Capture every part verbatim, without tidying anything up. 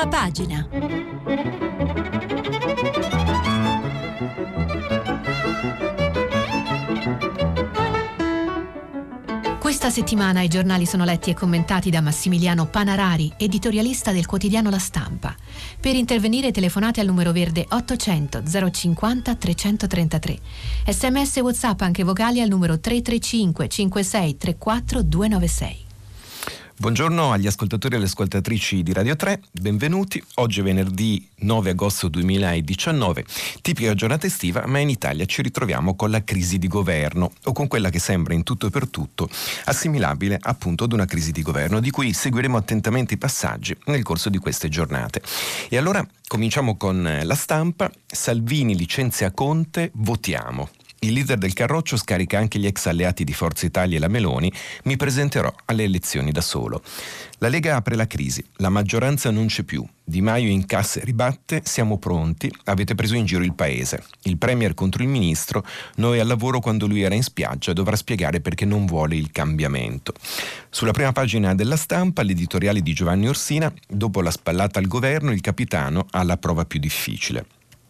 Prima pagina. Questa settimana i giornali sono letti e commentati da Massimiliano Panarari, editorialista del quotidiano La Stampa. Per intervenire telefonate al numero verde ottocento zero cinquanta trecentotrentatré. Sms e WhatsApp anche vocali al numero tre tre cinque cinque sei tre quattro due nove sei. Buongiorno agli ascoltatori e alle ascoltatrici di Radio tre, benvenuti. Oggi è venerdì nove agosto duemiladiciannove, tipica giornata estiva, ma in Italia ci ritroviamo con la crisi di governo, o con quella che sembra in tutto e per tutto assimilabile appunto ad una crisi di governo, di cui seguiremo attentamente i passaggi nel corso di queste giornate. E allora cominciamo con La Stampa. Salvini licenzia Conte, votiamo. Il leader del Carroccio scarica anche gli ex alleati di Forza Italia e la Meloni, mi presenterò alle elezioni da solo. La Lega apre la crisi, la maggioranza non c'è più, Di Maio incassa e ribatte, siamo pronti, avete preso in giro il paese. Il premier contro il ministro, noi al lavoro quando lui era in spiaggia, dovrà spiegare perché non vuole il cambiamento. Sulla prima pagina della Stampa, l'editoriale di Giovanni Orsina, dopo la spallata al governo, il capitano ha la prova più difficile.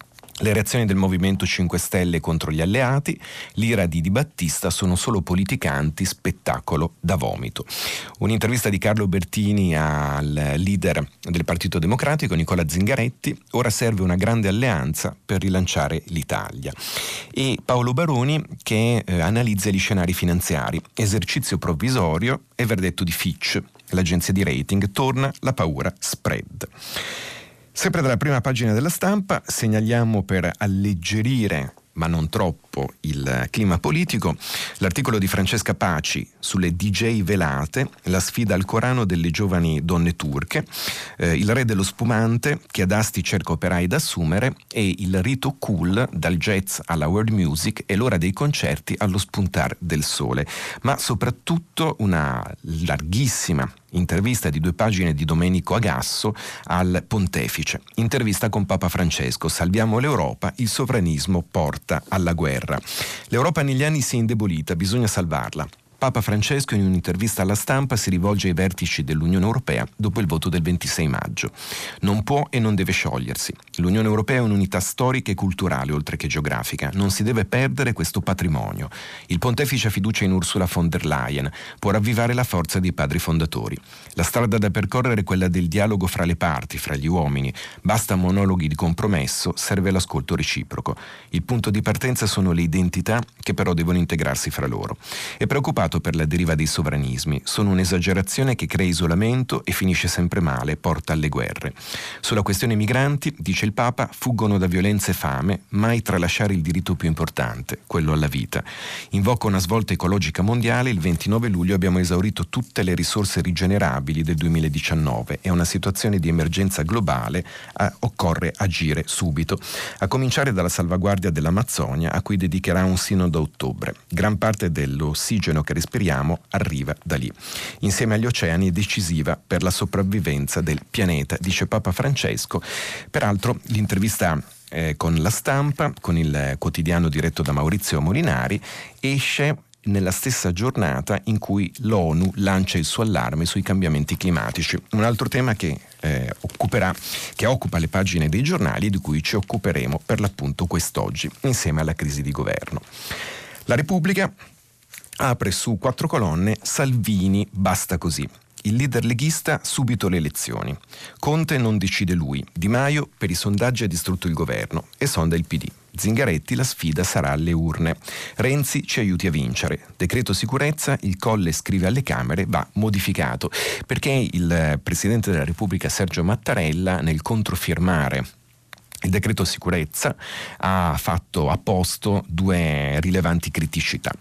Le reazioni del Movimento cinque Stelle contro gli alleati, l'ira di Di Battista sono solo politicanti, spettacolo da vomito. Un'intervista di Carlo Bertini al leader del Partito Democratico, Nicola Zingaretti, ora serve una grande alleanza per rilanciare l'Italia. E Paolo Baroni che eh, analizza gli scenari finanziari, esercizio provvisorio e verdetto di Fitch, l'agenzia di rating, torna la paura spread. Sempre dalla prima pagina della Stampa segnaliamo, per alleggerire ma non troppo il clima politico, l'articolo di Francesca Paci sulle D J velate, la sfida al Corano delle giovani donne turche, eh, il re dello spumante che ad Asti cerca operai da assumere e il rito cool dal jazz alla world music e l'ora dei concerti allo spuntar del sole, ma soprattutto una larghissima intervista di due pagine di Domenico Agasso al Pontefice. Intervista con Papa Francesco, salviamo l'Europa, il sovranismo porta alla guerra. L'Europa negli anni si è indebolita, bisogna salvarla. Papa Francesco in un'intervista alla Stampa si rivolge ai vertici dell'Unione Europea dopo il voto del ventisei maggio. Non può e non deve sciogliersi. L'Unione Europea è un'unità storica e culturale oltre che geografica. Non si deve perdere questo patrimonio. Il pontefice ha fiducia in Ursula von der Leyen. Può ravvivare la forza dei padri fondatori. La strada da percorrere è quella del dialogo fra le parti, fra gli uomini. Basta monologhi di compromesso, serve l'ascolto reciproco. Il punto di partenza sono le identità che però devono integrarsi fra loro. È preoccupato per la deriva dei sovranismi, sono un'esagerazione che crea isolamento e finisce sempre male, porta alle guerre. Sulla questione migranti, dice il Papa, fuggono da violenza e fame, mai tralasciare il diritto più importante, quello alla vita. Invoca una svolta ecologica mondiale, il ventinove luglio abbiamo esaurito tutte le risorse rigenerabili del duemiladiciannove, è una situazione di emergenza globale, eh, occorre agire subito, a cominciare dalla salvaguardia dell'Amazzonia a cui dedicherà un sinodo a ottobre. Gran parte dell'ossigeno che speriamo arriva da lì. Insieme agli oceani è decisiva per la sopravvivenza del pianeta, dice Papa Francesco. Peraltro l'intervista eh, con La Stampa, con il quotidiano diretto da Maurizio Molinari, esce nella stessa giornata in cui l'ONU lancia il suo allarme sui cambiamenti climatici. Un altro tema che eh, occuperà, che occupa le pagine dei giornali e di cui ci occuperemo per l'appunto quest'oggi, insieme alla crisi di governo. La Repubblica apre su quattro colonne, Salvini basta così. Il leader leghista subito le elezioni. Conte non decide lui. Di Maio per i sondaggi ha distrutto il governo e sonda il P D. Zingaretti, la sfida sarà alle urne. Renzi ci aiuti a vincere. Decreto sicurezza, il Colle scrive alle Camere, va modificato, perché il Presidente della Repubblica Sergio Mattarella nel controfirmare il decreto sicurezza ha fatto a posto due rilevanti criticità.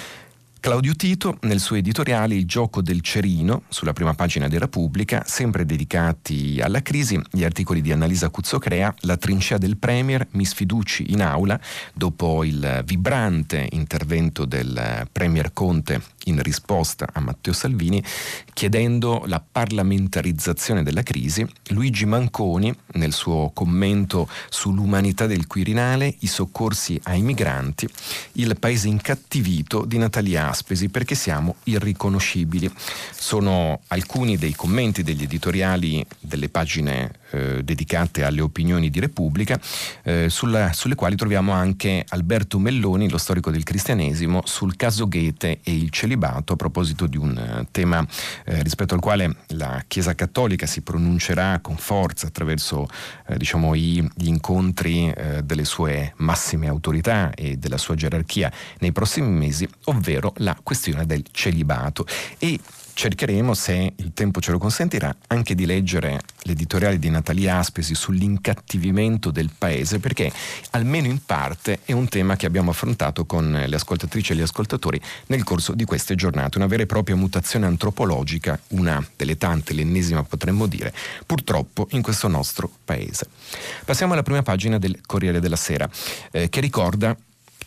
Claudio Tito, nel suo editoriale Il gioco del cerino, sulla prima pagina di Repubblica, sempre dedicati alla crisi, gli articoli di Annalisa Cuzzocrea, la trincea del Premier, mi sfiduci in aula, dopo il vibrante intervento del Premier Conte in risposta a Matteo Salvini, chiedendo la parlamentarizzazione della crisi. Luigi Manconi, nel suo commento sull'umanità del Quirinale, i soccorsi ai migranti, il paese incattivito di Natalia Aspesi perché siamo irriconoscibili. Sono alcuni dei commenti degli editoriali delle pagine eh, dedicate alle opinioni di Repubblica, eh, sulla, sulle quali troviamo anche Alberto Melloni, lo storico del cristianesimo, sul caso Goethe e il celibato, a proposito di un uh, tema eh, rispetto al quale la Chiesa Cattolica si pronuncerà con forza attraverso eh, diciamo i, gli incontri eh, delle sue massime autorità e della sua gerarchia nei prossimi mesi, ovvero la questione del celibato. E cercheremo, se il tempo ce lo consentirà, anche di leggere l'editoriale di Natalia Aspesi sull'incattivimento del paese, perché almeno in parte è un tema che abbiamo affrontato con le ascoltatrici e gli ascoltatori nel corso di queste giornate, una vera e propria mutazione antropologica, una delle tante, l'ennesima potremmo dire, purtroppo in questo nostro paese. Passiamo alla prima pagina del Corriere della Sera, eh, che ricorda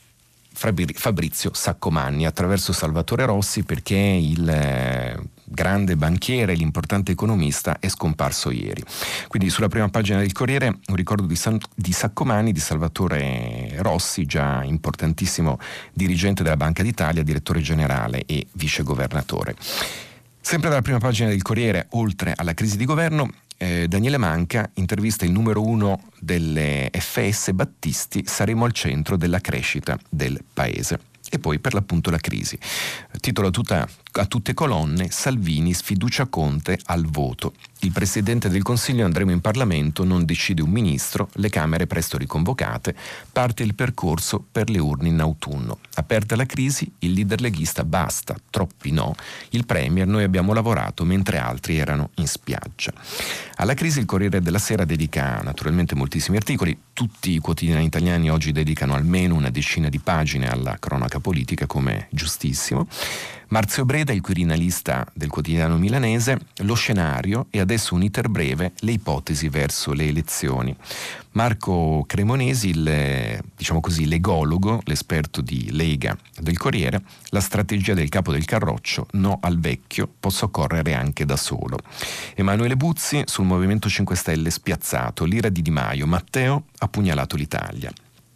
Fabrizio Saccomanni attraverso Salvatore Rossi, perché il eh, grande banchiere, l'importante economista, è scomparso ieri. Quindi sulla prima pagina del Corriere un ricordo di, San, di Saccomanni, di Salvatore Rossi, già importantissimo dirigente della Banca d'Italia, direttore generale e vicegovernatore. Sempre dalla prima pagina del Corriere, oltre alla crisi di governo, Eh, Daniele Manca intervista il numero uno delle F S Battisti, saremo al centro della crescita del paese. E poi per l'appunto la crisi. Titolo tutta, a tutte colonne, Salvini sfiducia Conte al voto. Il Presidente del Consiglio, andremo in Parlamento, non decide un ministro, le Camere presto riconvocate, parte il percorso per le urne in autunno. Aperta la crisi, il leader leghista basta, troppi no, il Premier, noi abbiamo lavorato mentre altri erano in spiaggia. Alla crisi il Corriere della Sera dedica naturalmente moltissimi articoli, tutti i quotidiani italiani oggi dedicano almeno una decina di pagine alla cronaca politica, come giustissimo. Marzio Breda, il quirinalista del quotidiano milanese, lo scenario e adesso un iter breve, le ipotesi verso le elezioni. Marco Cremonesi, il, diciamo così, legologo, l'esperto di Lega del Corriere, la strategia del capo del Carroccio, no al vecchio, posso correre anche da solo. Emanuele Buzzi sul Movimento cinque Stelle spiazzato, l'ira di Di Maio, Matteo ha pugnalato l'Italia.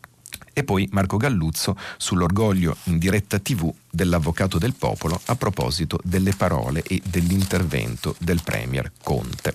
E poi Marco Galluzzo sull'orgoglio in diretta tivù dell'avvocato del popolo a proposito delle parole e dell'intervento del Premier Conte.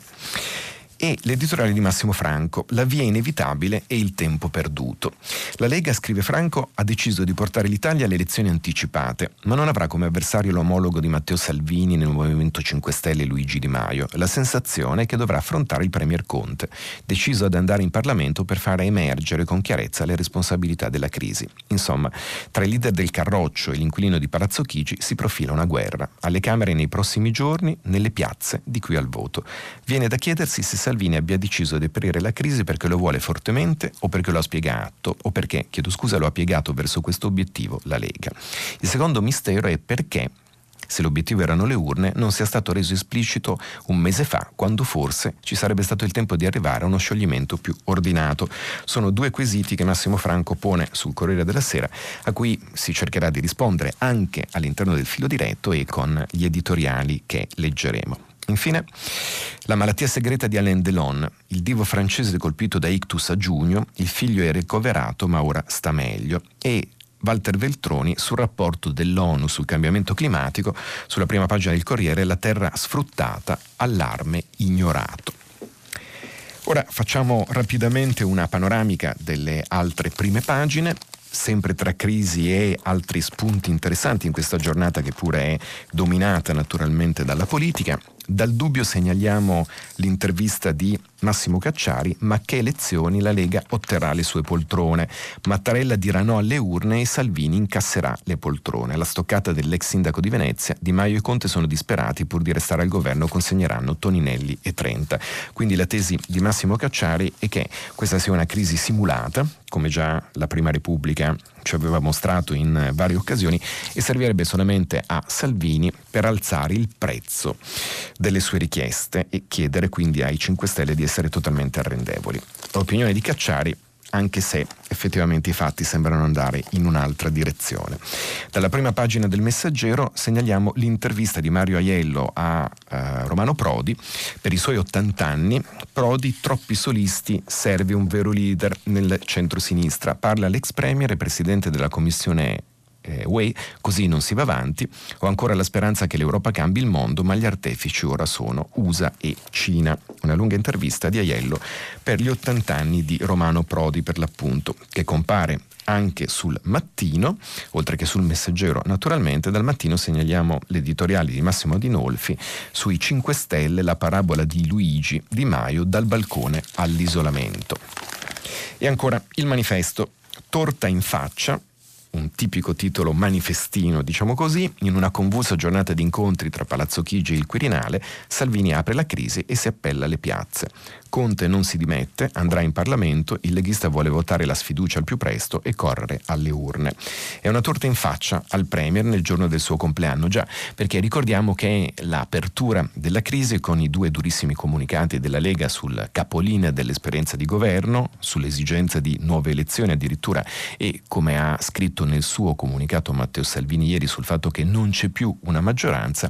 E l'editoriale di Massimo Franco, la via inevitabile e il tempo perduto. La Lega, scrive Franco, ha deciso di portare l'Italia alle elezioni anticipate, ma non avrà come avversario l'omologo di Matteo Salvini nel Movimento cinque Stelle, Luigi Di Maio. La sensazione è che dovrà affrontare il Premier Conte, deciso ad andare in Parlamento per fare emergere con chiarezza le responsabilità della crisi. Insomma, tra il leader del Carroccio e l'inquilino di Palazzo Chigi si profila una guerra, alle Camere nei prossimi giorni, nelle piazze di qui al voto. Viene da chiedersi se Salvini abbia deciso di aprire la crisi perché lo vuole fortemente o perché lo ha spiegato o perché, chiedo scusa, lo ha piegato verso questo obiettivo la Lega. Il secondo mistero è perché, se l'obiettivo erano le urne, non sia stato reso esplicito un mese fa, quando forse ci sarebbe stato il tempo di arrivare a uno scioglimento più ordinato. Sono due quesiti che Massimo Franco pone sul Corriere della Sera, a cui si cercherà di rispondere anche all'interno del filo diretto e con gli editoriali che leggeremo. Infine, la malattia segreta di Alain Delon, il divo francese colpito da ictus a giugno, il figlio è ricoverato ma ora sta meglio, e Walter Veltroni sul rapporto dell'ONU sul cambiamento climatico, sulla prima pagina del Corriere, la terra sfruttata, allarme ignorato. Ora facciamo rapidamente una panoramica delle altre prime pagine, sempre tra crisi e altri spunti interessanti in questa giornata che pure è dominata naturalmente dalla politica. Dal dubbio segnaliamo l'intervista di Massimo Cacciari, ma che elezioni la Lega otterrà le sue poltrone. Mattarella dirà no alle urne e Salvini incasserà le poltrone. Alla stoccata dell'ex sindaco di Venezia, Di Maio e Conte sono disperati, pur di restare al governo consegneranno Toninelli e Trenta. Quindi la tesi di Massimo Cacciari è che questa sia una crisi simulata, come già la Prima Repubblica ci aveva mostrato in varie occasioni, e servirebbe solamente a Salvini per alzare il prezzo delle sue richieste e chiedere quindi ai cinque Stelle di essere totalmente arrendevoli. L'opinione di Cacciari, anche se effettivamente i fatti sembrano andare in un'altra direzione. Dalla prima pagina del Messaggero segnaliamo l'intervista di Mario Aiello a eh, Romano Prodi. Per i suoi ottanta anni, Prodi, troppi solisti, serve un vero leader nel centro-sinistra. Parla l'ex premier e presidente della commissione eh, U E, così non si va avanti. Ho ancora la speranza che l'Europa cambi il mondo, ma gli artefici ora sono U S A e Cina. Una lunga intervista di Aiello per gli ottanta anni di Romano Prodi, per l'appunto, che compare anche sul Mattino, oltre che sul Messaggero naturalmente. Dal Mattino segnaliamo l'editoriale di Massimo Adinolfi sui cinque Stelle, la parabola di Luigi Di Maio, dal balcone all'isolamento. E ancora il Manifesto, torta in faccia, un tipico titolo manifestino, diciamo così. In una convulsa giornata di incontri tra Palazzo Chigi e il Quirinale, Salvini apre la crisi e si appella alle piazze. Conte non si dimette, andrà in Parlamento, il leghista vuole votare la sfiducia al più presto e correre alle urne. È una torta in faccia al Premier nel giorno del suo compleanno, già, perché ricordiamo che l'apertura della crisi con i due durissimi comunicati della Lega sul capolinea dell'esperienza di governo, sull'esigenza di nuove elezioni addirittura, e come ha scritto nel suo comunicato Matteo Salvini ieri sul fatto che non c'è più una maggioranza,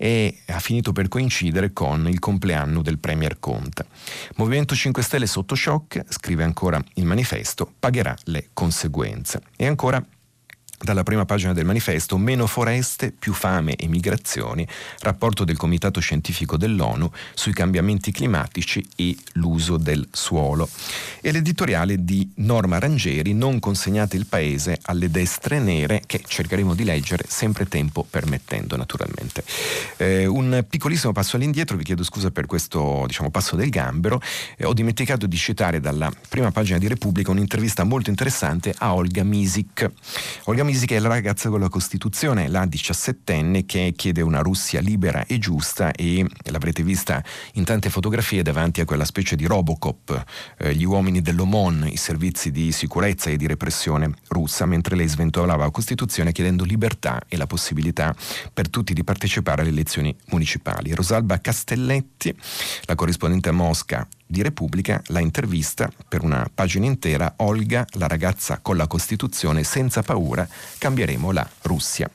e ha finito per coincidere con il compleanno del Premier Conte. Movimento cinque Stelle sotto shock, scrive ancora il Manifesto, pagherà le conseguenze. E ancora dalla prima pagina del Manifesto, meno foreste, più fame e migrazioni, rapporto del Comitato Scientifico dell'ONU sui cambiamenti climatici e l'uso del suolo. E l'editoriale di Norma Rangieri, non consegnate il paese alle destre nere, che cercheremo di leggere sempre tempo permettendo naturalmente. Eh, un piccolissimo passo all'indietro, vi chiedo scusa per questo diciamo passo del gambero, eh, ho dimenticato di citare dalla prima pagina di Repubblica un'intervista molto interessante a Olga Misic. Olga Misic è la ragazza con la Costituzione, la diciassettenne che chiede una Russia libera e giusta, e l'avrete vista in tante fotografie davanti a quella specie di Robocop, eh, gli uomini dell'O M O N, i servizi di sicurezza e di repressione russa, mentre lei sventolava la Costituzione chiedendo libertà e la possibilità per tutti di partecipare alle elezioni municipali. Rosalba Castelletti, la corrispondente a Mosca di Repubblica, la intervista per una pagina intera. Olga, la ragazza con la Costituzione, senza paura, cambieremo la Russia.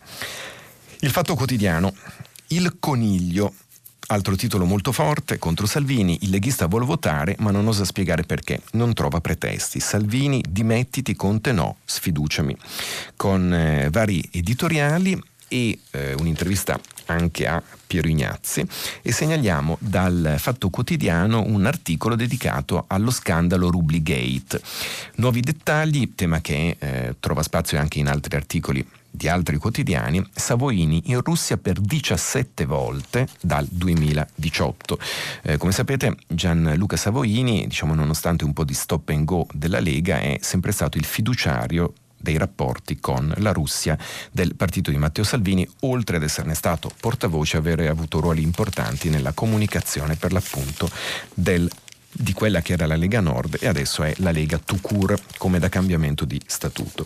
Il Fatto Quotidiano, il coniglio, altro titolo molto forte contro Salvini, il leghista vuole votare ma non osa spiegare perché, non trova pretesti. Salvini, dimettiti, Conte no, sfiduciami, con eh, vari editoriali e eh, un'intervista anche a Piero Ignazzi. E segnaliamo dal Fatto Quotidiano un articolo dedicato allo scandalo Rubligate. Nuovi dettagli, tema che eh, trova spazio anche in altri articoli di altri quotidiani. Savoini in Russia per diciassette volte dal duemiladiciotto. Eh, come sapete, Gianluca Savoini, diciamo nonostante un po' di stop and go della Lega, è sempre stato il fiduciario dei rapporti con la Russia del partito di Matteo Salvini, oltre ad esserne stato portavoce, avere avuto ruoli importanti nella comunicazione per l'appunto del di quella che era la Lega Nord e adesso è la Lega tout court, come da cambiamento di statuto.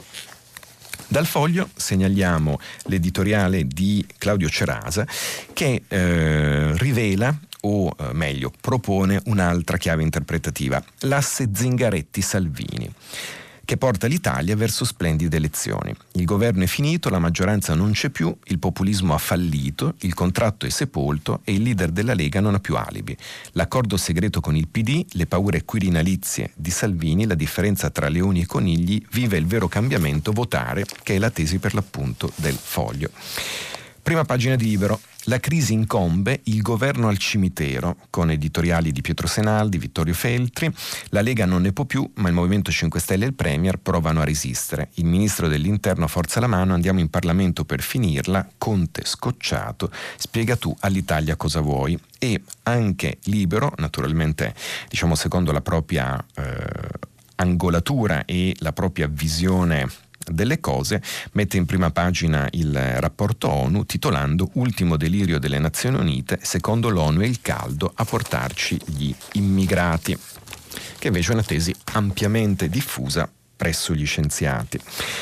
Dal Foglio segnaliamo l'editoriale di Claudio Cerasa che eh, rivela o eh, meglio propone un'altra chiave interpretativa, l'asse Zingaretti-Salvini, che porta l'Italia verso splendide elezioni. Il governo è finito, la maggioranza non c'è più, il populismo ha fallito, il contratto è sepolto e il leader della Lega non ha più alibi. L'accordo segreto con il P D, le paure quirinalizie di Salvini, la differenza tra leoni e conigli, vive il vero cambiamento, votare, che è la tesi per l'appunto del Foglio. Prima pagina di Libero. La crisi incombe, il governo al cimitero, con editoriali di Pietro Senaldi, Vittorio Feltri. La Lega non ne può più, ma il Movimento cinque Stelle e il Premier provano a resistere. Il ministro dell'Interno forza la mano, andiamo in Parlamento per finirla. Conte scocciato, spiega tu all'Italia cosa vuoi. E anche Libero, naturalmente, diciamo secondo la propria eh, angolatura e la propria visione delle cose, mette in prima pagina il rapporto ONU titolando Ultimo delirio delle Nazioni Unite, secondo l'ONU è il caldo a portarci gli immigrati, che invece è una tesi ampiamente diffusa presso gli scienziati.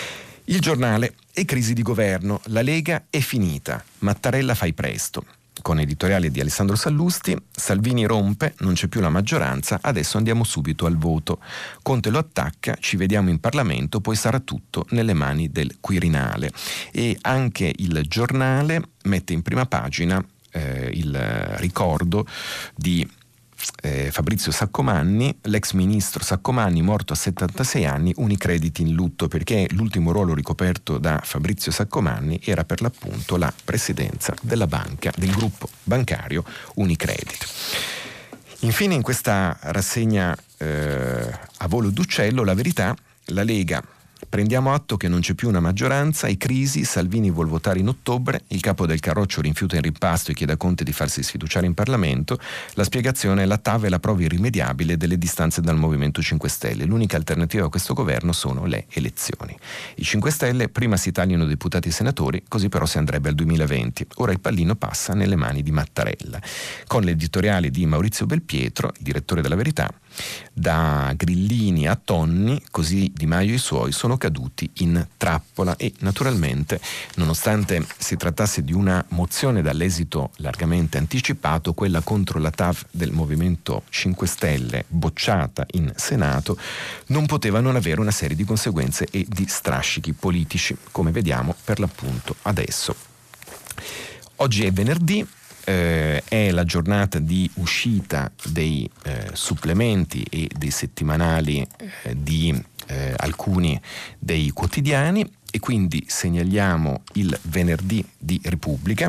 Il Giornale e crisi di governo, la Lega è finita, Mattarella fai presto. Con editoriale di Alessandro Sallusti, Salvini rompe, non c'è più la maggioranza, adesso andiamo subito al voto. Conte lo attacca, ci vediamo in Parlamento, poi sarà tutto nelle mani del Quirinale. E anche il Giornale mette in prima pagina eh, il ricordo di eh, Fabrizio Saccomanni, l'ex ministro Saccomanni, morto a settantasei anni, Unicredit in lutto, perché l'ultimo ruolo ricoperto da Fabrizio Saccomanni era per l'appunto la presidenza della banca, del gruppo bancario Unicredit. Infine, in questa rassegna eh, a volo d'uccello, La Verità, la Lega: prendiamo atto che non c'è più una maggioranza e crisi, Salvini vuol votare in ottobre, il capo del Carroccio rinfiuta in rimpasto e chiede a Conte di farsi sfiduciare in Parlamento, la spiegazione è la T A V e la prova irrimediabile delle distanze dal Movimento cinque Stelle, l'unica alternativa a questo governo sono le elezioni. I cinque Stelle prima si tagliano deputati e senatori, così però si andrebbe al duemilaventi, ora il pallino passa nelle mani di Mattarella. Con l'editoriale di Maurizio Belpietro, il direttore della Verità: da Grillini a Tonni, così Di Maio e i suoi sono caduti in trappola. E naturalmente, nonostante si trattasse di una mozione dall'esito largamente anticipato, quella contro la T A V del Movimento cinque Stelle, bocciata in Senato, non poteva non avere una serie di conseguenze e di strascichi politici, come vediamo per l'appunto adesso. Oggi è venerdì. Eh, è la giornata di uscita dei eh, supplementi e dei settimanali eh, di eh, alcuni dei quotidiani, e quindi segnaliamo il venerdì di Repubblica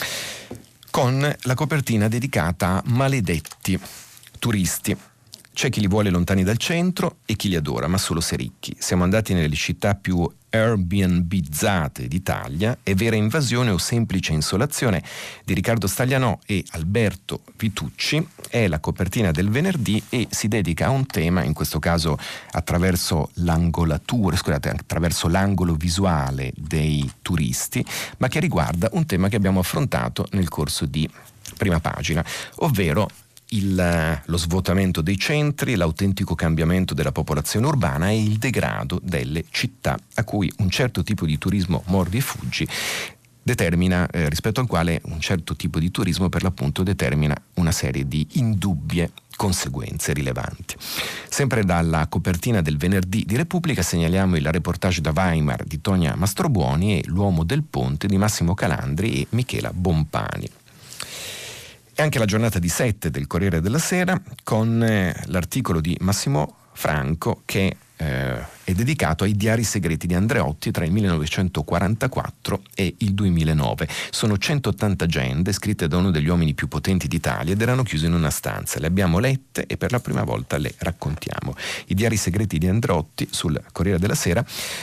con la copertina dedicata a maledetti turisti. C'è chi li vuole lontani dal centro e chi li adora, ma solo se ricchi. Siamo andati nelle città più Airbnbizzate d'Italia, è vera invasione o semplice insolazione, di Riccardo Staglianò e Alberto Vitucci. È la copertina del venerdì e si dedica a un tema, in questo caso attraverso l'angolatura, scusate, attraverso l'angolo visuale dei turisti, ma che riguarda un tema che abbiamo affrontato nel corso di Prima Pagina, ovvero Il, lo svuotamento dei centri, l'autentico cambiamento della popolazione urbana e il degrado delle città, a cui un certo tipo di turismo mordi e fuggi determina, eh, rispetto al quale un certo tipo di turismo per l'appunto determina una serie di indubbie conseguenze rilevanti. Sempre dalla copertina del venerdì di Repubblica segnaliamo il reportage da Weimar di Tonia Mastrobuoni e L'uomo del ponte di Massimo Calandri e Michela Bompani. E anche la giornata di sette del Corriere della Sera con eh, l'articolo di Massimo Franco che eh, è dedicato ai diari segreti di Andreotti tra il millenovecentoquarantaquattro e il duemilanove. Sono centottanta agende scritte da uno degli uomini più potenti d'Italia ed erano chiuse in una stanza. Le abbiamo lette e per la prima volta le raccontiamo. I diari segreti di Andreotti sul Corriere della Sera,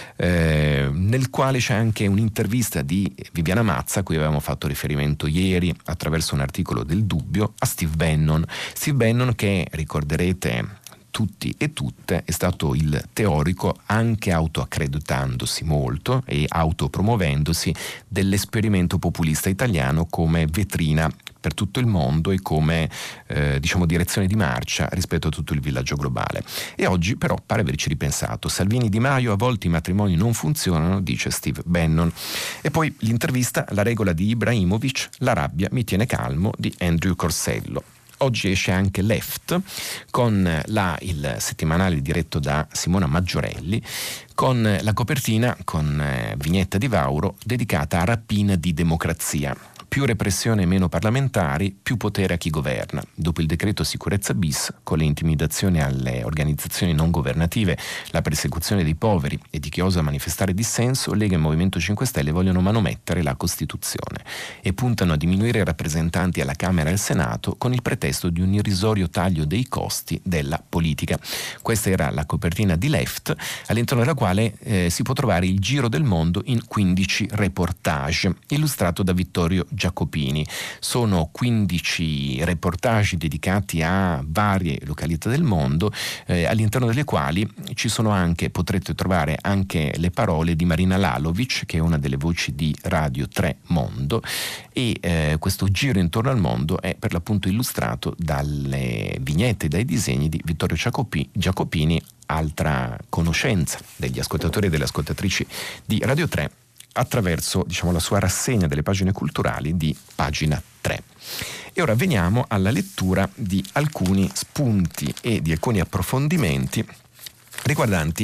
eh, nel quale c'è anche un'intervista di Viviana Mazza, a cui avevamo fatto riferimento ieri attraverso un articolo del Dubbio, a Steve Bannon. Steve Bannon che, ricorderete tutti e tutte, è stato il teorico, anche autoaccreditandosi molto e autopromuovendosi, dell'esperimento populista italiano come vetrina per tutto il mondo e come eh, diciamo direzione di marcia rispetto a tutto il villaggio globale. E oggi però pare averci ripensato. Salvini, Di Maio, a volte i matrimoni non funzionano, dice Steve Bannon. E poi l'intervista La regola di Ibrahimovic, La rabbia mi tiene calmo di Andrew Corsello. Oggi esce anche Left, con la, il settimanale diretto da Simona Maggiorelli, con la copertina con eh, vignetta di Vauro dedicata a Rapina di democrazia. Più repressione e meno parlamentari, più potere a chi governa. Dopo il decreto sicurezza bis, con le intimidazioni alle organizzazioni non governative, la persecuzione dei poveri e di chi osa manifestare dissenso, Lega e Movimento cinque Stelle vogliono manomettere la Costituzione e puntano a diminuire i rappresentanti alla Camera e al Senato con il pretesto di un irrisorio taglio dei costi della politica. Questa era la copertina di Left, all'interno della quale eh, si può trovare il giro del mondo in quindici reportage, illustrato da Vittorio Giacopini. Sono quindici reportage dedicati a varie località del mondo, eh, all'interno delle quali ci sono anche, potrete trovare anche le parole di Marina Lalovic, che è una delle voci di Radio tre Mondo, e eh, questo giro intorno al mondo è per l'appunto illustrato dalle vignette e dai disegni di Vittorio Giacopi, Giacopini, altra conoscenza degli ascoltatori e delle ascoltatrici di Radio tre, attraverso diciamo la sua rassegna delle pagine culturali di Pagina tre. E ora veniamo alla lettura di alcuni spunti e di alcuni approfondimenti riguardanti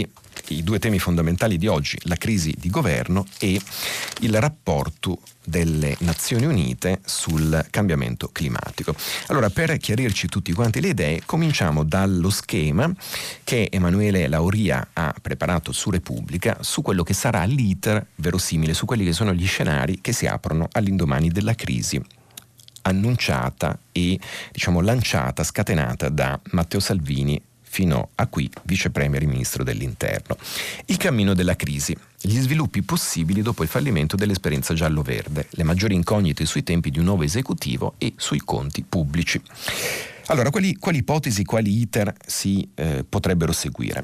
i due temi fondamentali di oggi, la crisi di governo e il rapporto delle Nazioni Unite sul cambiamento climatico. Allora, per chiarirci tutti quanti le idee, cominciamo dallo schema che Emanuele Lauria ha preparato su Repubblica su quello che sarà l'iter verosimile, su quelli che sono gli scenari che si aprono all'indomani della crisi annunciata e, diciamo, lanciata, scatenata da Matteo Salvini fino a qui vice premier e ministro dell'interno. Il cammino della crisi, gli sviluppi possibili dopo il fallimento dell'esperienza giallo-verde, le maggiori incognite sui tempi di un nuovo esecutivo e sui conti pubblici. Allora, quali, quali ipotesi, quali iter si eh, potrebbero seguire?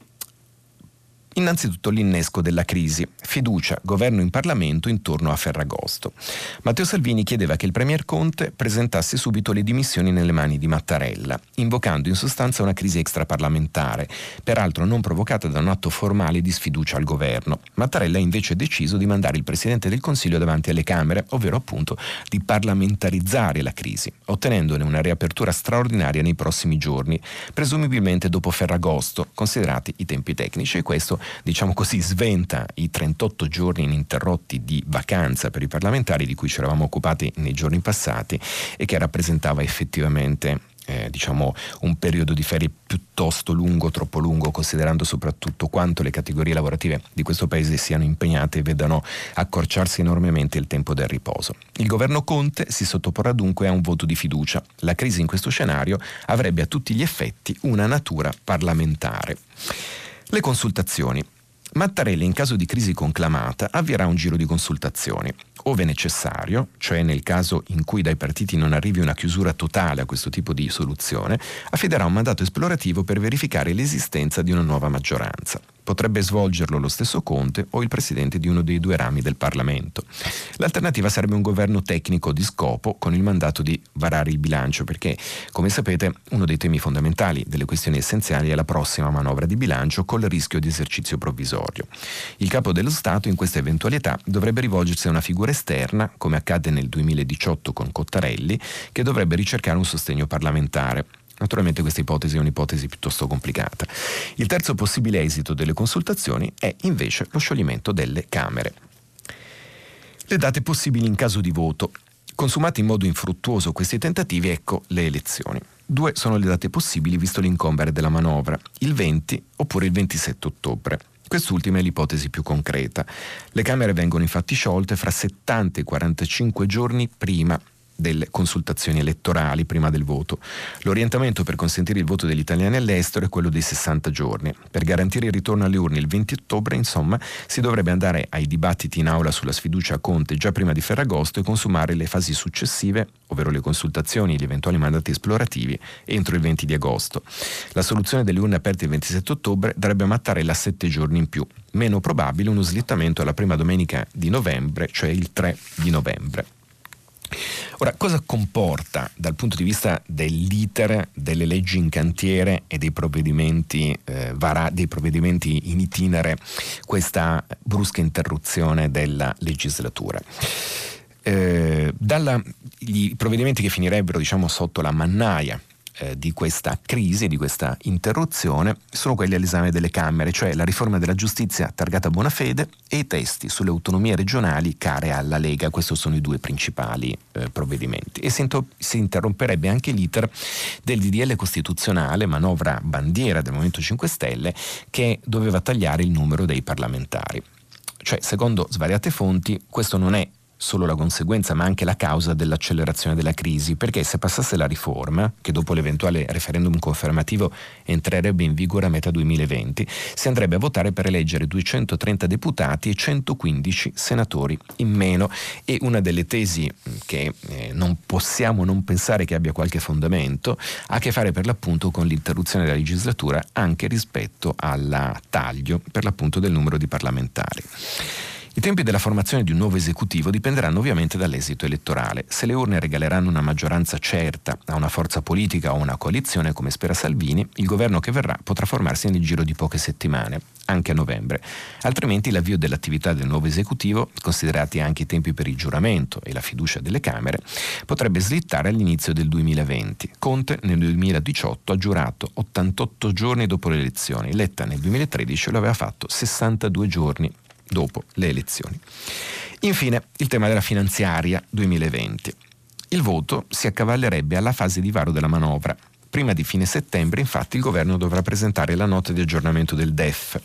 Innanzitutto l'innesco della crisi, fiducia, governo in Parlamento intorno a Ferragosto. Matteo Salvini chiedeva che il premier Conte presentasse subito le dimissioni nelle mani di Mattarella, invocando in sostanza una crisi extraparlamentare, peraltro non provocata da un atto formale di sfiducia al governo. Mattarella ha invece deciso di mandare il Presidente del Consiglio davanti alle Camere, ovvero appunto di parlamentarizzare la crisi, ottenendone una riapertura straordinaria nei prossimi giorni, presumibilmente dopo Ferragosto, considerati i tempi tecnici, e questo, diciamo così, sventa i trentotto giorni ininterrotti di vacanza per i parlamentari di cui ci eravamo occupati nei giorni passati e che rappresentava effettivamente eh, diciamo un periodo di ferie piuttosto lungo, troppo lungo, considerando soprattutto quanto le categorie lavorative di questo paese siano impegnate e vedano accorciarsi enormemente il tempo del riposo. Il governo Conte si sottoporrà dunque a un voto di fiducia. La crisi in questo scenario avrebbe a tutti gli effetti una natura parlamentare. Le consultazioni. Mattarella, in caso di crisi conclamata, avvierà un giro di consultazioni. Ove necessario, cioè nel caso in cui dai partiti non arrivi una chiusura totale a questo tipo di soluzione, affiderà un mandato esplorativo per verificare l'esistenza di una nuova maggioranza. Potrebbe svolgerlo lo stesso Conte o il presidente di uno dei due rami del Parlamento. L'alternativa sarebbe un governo tecnico di scopo con il mandato di varare il bilancio, perché, come sapete, uno dei temi fondamentali delle questioni essenziali è la prossima manovra di bilancio col rischio di esercizio provvisorio. Il capo dello Stato in questa eventualità dovrebbe rivolgersi a una figura esterna, come accadde nel duemiladiciotto con Cottarelli, che dovrebbe ricercare un sostegno parlamentare. Naturalmente questa ipotesi è un'ipotesi piuttosto complicata. Il terzo possibile esito delle consultazioni è invece lo scioglimento delle Camere. Le date possibili in caso di voto. Consumati in modo infruttuoso questi tentativi, ecco le elezioni. Due sono le date possibili visto l'incombere della manovra, il venti oppure il ventisette ottobre. Quest'ultima è l'ipotesi più concreta. Le Camere vengono infatti sciolte fra settanta e quarantacinque giorni prima delle consultazioni elettorali, prima del voto. L'orientamento per consentire il voto degli italiani all'estero è quello dei sessanta giorni. Per garantire il ritorno alle urne il venti ottobre, insomma, si dovrebbe andare ai dibattiti in aula sulla sfiducia a Conte già prima di Ferragosto e consumare le fasi successive, ovvero le consultazioni e gli eventuali mandati esplorativi, entro il venti di agosto. La soluzione delle urne aperte il ventisette ottobre darebbe a Mattarella sette giorni in più. Meno probabile uno slittamento alla prima domenica di novembre, cioè il tre di novembre. Ora, cosa comporta dal punto di vista dell'iter, delle leggi in cantiere e dei provvedimenti, eh, vara, dei provvedimenti in itinere questa brusca interruzione della legislatura? Eh, dalla, gli provvedimenti che finirebbero, diciamo, sotto la mannaia eh, di questa crisi, di questa interruzione, sono quelli all'esame delle Camere, cioè la riforma della giustizia targata buona fede e i testi sulle autonomie regionali care alla Lega. Questi sono i due principali eh, provvedimenti. E si, into- si interromperebbe anche l'iter del D D L costituzionale, manovra bandiera del Movimento cinque Stelle, che doveva tagliare il numero dei parlamentari. Cioè, secondo svariate fonti, questo non è solo la conseguenza ma anche la causa dell'accelerazione della crisi, perché se passasse la riforma, che dopo l'eventuale referendum confermativo entrerebbe in vigore a metà duemilaventi, si andrebbe a votare per eleggere duecentotrenta deputati e centoquindici senatori in meno. E una delle tesi che eh, non possiamo non pensare che abbia qualche fondamento ha a che fare per l'appunto con l'interruzione della legislatura anche rispetto al taglio per l'appunto del numero di parlamentari. I tempi della formazione di un nuovo esecutivo dipenderanno ovviamente dall'esito elettorale. Se le urne regaleranno una maggioranza certa a una forza politica o una coalizione, come spera Salvini, il governo che verrà potrà formarsi nel giro di poche settimane, anche a novembre. Altrimenti l'avvio dell'attività del nuovo esecutivo, considerati anche i tempi per il giuramento e la fiducia delle Camere, potrebbe slittare all'inizio del duemilaventi. Conte nel duemiladiciotto ha giurato ottantotto giorni dopo le elezioni. Letta nel duemilatredici lo aveva fatto sessantadue giorni dopo le elezioni. Infine, il tema della finanziaria duemilaventi. Il voto si accavallerebbe alla fase di varo della manovra. Prima di fine settembre, infatti, il governo dovrà presentare la nota di aggiornamento del D E F,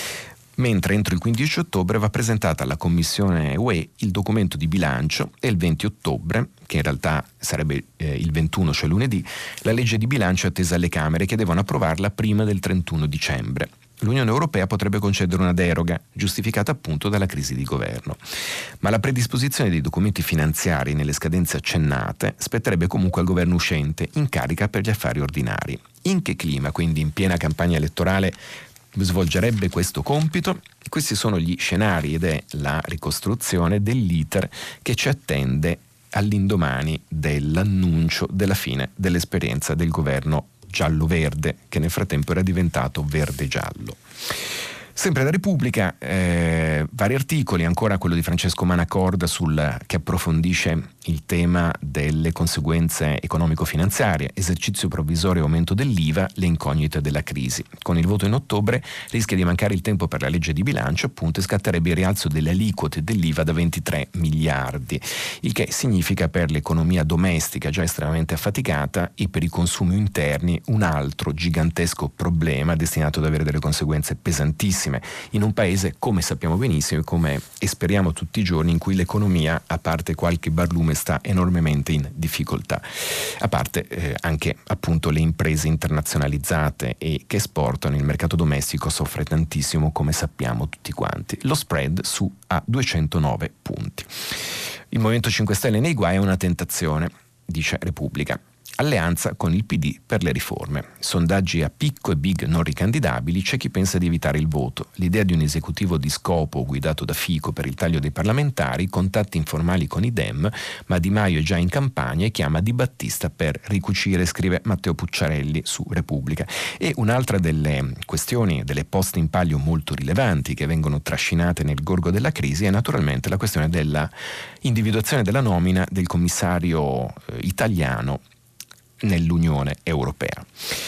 mentre entro il quindici ottobre va presentata alla Commissione U E il documento di bilancio e il venti ottobre, che in realtà sarebbe eh, il ventuno, cioè lunedì, la legge di bilancio è attesa alle Camere, che devono approvarla prima del trentuno dicembre. L'Unione Europea potrebbe concedere una deroga, giustificata appunto dalla crisi di governo. Ma la predisposizione dei documenti finanziari nelle scadenze accennate spetterebbe comunque al governo uscente, in carica per gli affari ordinari. In che clima, quindi in piena campagna elettorale, svolgerebbe questo compito? Questi sono gli scenari ed è la ricostruzione dell'iter che ci attende all'indomani dell'annuncio della fine dell'esperienza del governo giallo-verde, che nel frattempo era diventato verde-giallo. Sempre da Repubblica, eh, vari articoli, ancora quello di Francesco Manacorda sul, che approfondisce il tema delle conseguenze economico-finanziarie, esercizio provvisorio e aumento dell'I V A, le incognite della crisi. Con il voto in ottobre rischia di mancare il tempo per la legge di bilancio, appunto, e scatterebbe il rialzo delle aliquote dell'I V A da ventitré miliardi, il che significa per l'economia domestica già estremamente affaticata e per i consumi interni un altro gigantesco problema destinato ad avere delle conseguenze pesantissime in un paese, come sappiamo benissimo, come e speriamo tutti i giorni, in cui l'economia, a parte qualche barlume, sta enormemente in difficoltà, a parte eh, anche appunto le imprese internazionalizzate e che esportano. Il mercato domestico soffre tantissimo, come sappiamo tutti quanti. Lo spread su a duecentonove punti. Il Movimento cinque Stelle nei guai è una tentazione, dice Repubblica. Alleanza con il P D per le riforme. Sondaggi a picco e big non ricandidabili, c'è chi pensa di evitare il voto. L'idea di un esecutivo di scopo guidato da Fico per il taglio dei parlamentari, contatti informali con i Dem, ma Di Maio è già in campagna e chiama Di Battista per ricucire, scrive Matteo Pucciarelli su Repubblica. E un'altra delle questioni, delle poste in palio molto rilevanti che vengono trascinate nel gorgo della crisi è naturalmente la questione della individuazione della nomina del commissario eh, italiano nell'Unione Europea.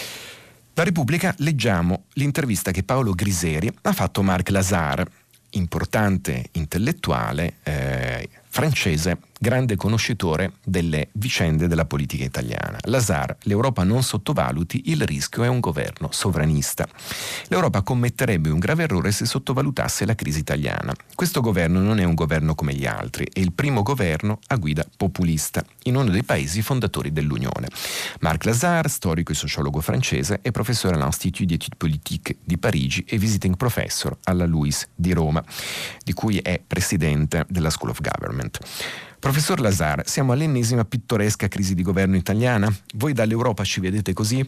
Da Repubblica leggiamo l'intervista che Paolo Griseri ha fatto a Marc Lazare, importante intellettuale eh, francese, grande conoscitore delle vicende della politica italiana. Lazare: l'Europa non sottovaluti, il rischio è un governo sovranista. L'Europa commetterebbe un grave errore se sottovalutasse la crisi italiana. Questo governo non è un governo come gli altri, è il primo governo a guida populista in uno dei paesi fondatori dell'Unione. Marc Lazare, storico e sociologo francese, è professore all'Institut d'études politiques di Parigi e visiting professor alla LUISS di Roma, di cui è presidente della School of Government. Professor Lazare, siamo all'ennesima pittoresca crisi di governo italiana? Voi dall'Europa ci vedete così?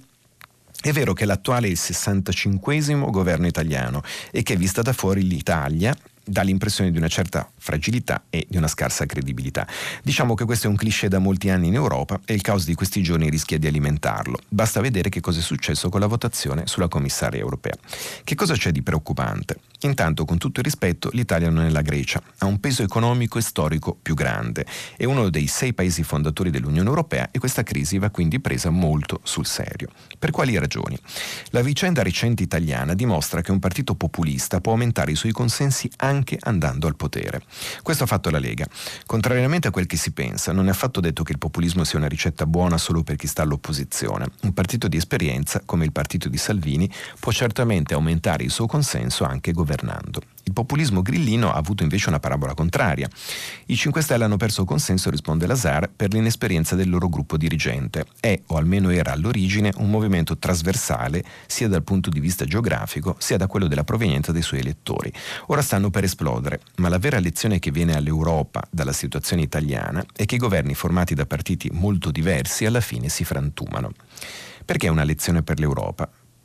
È vero che l'attuale è il sessantacinquesimo governo italiano e che, vista da fuori, l'Italia dà l'impressione di una certa fragilità e di una scarsa credibilità. Diciamo che questo è un cliché da molti anni in Europa e il caos di questi giorni rischia di alimentarlo. Basta vedere che cosa è successo con la votazione sulla commissaria europea. Che cosa c'è di preoccupante? Intanto, con tutto il rispetto, l'Italia non è la Grecia, ha un peso economico e storico più grande, è uno dei sei paesi fondatori dell'Unione Europea e questa crisi va quindi presa molto sul serio. Per quali ragioni? La vicenda recente italiana dimostra che un partito populista può aumentare i suoi consensi anche andando al potere. Questo ha fatto la Lega. Contrariamente a quel che si pensa, non è affatto detto che il populismo sia una ricetta buona solo per chi sta all'opposizione. Un partito di esperienza, come il partito di Salvini, può certamente aumentare il suo consenso anche governando. Il populismo grillino ha avuto invece una parabola contraria. I cinque Stelle hanno perso consenso, risponde Lazare, per l'inesperienza del loro gruppo dirigente. È, o almeno era all'origine, un movimento trasversale sia dal punto di vista geografico sia da quello della provenienza dei suoi elettori. Ora stanno per esplodere, ma la vera lezione che viene all'Europa dalla situazione italiana è che i governi formati da partiti molto diversi alla fine si frantumano. Perché è una lezione per l'Europa?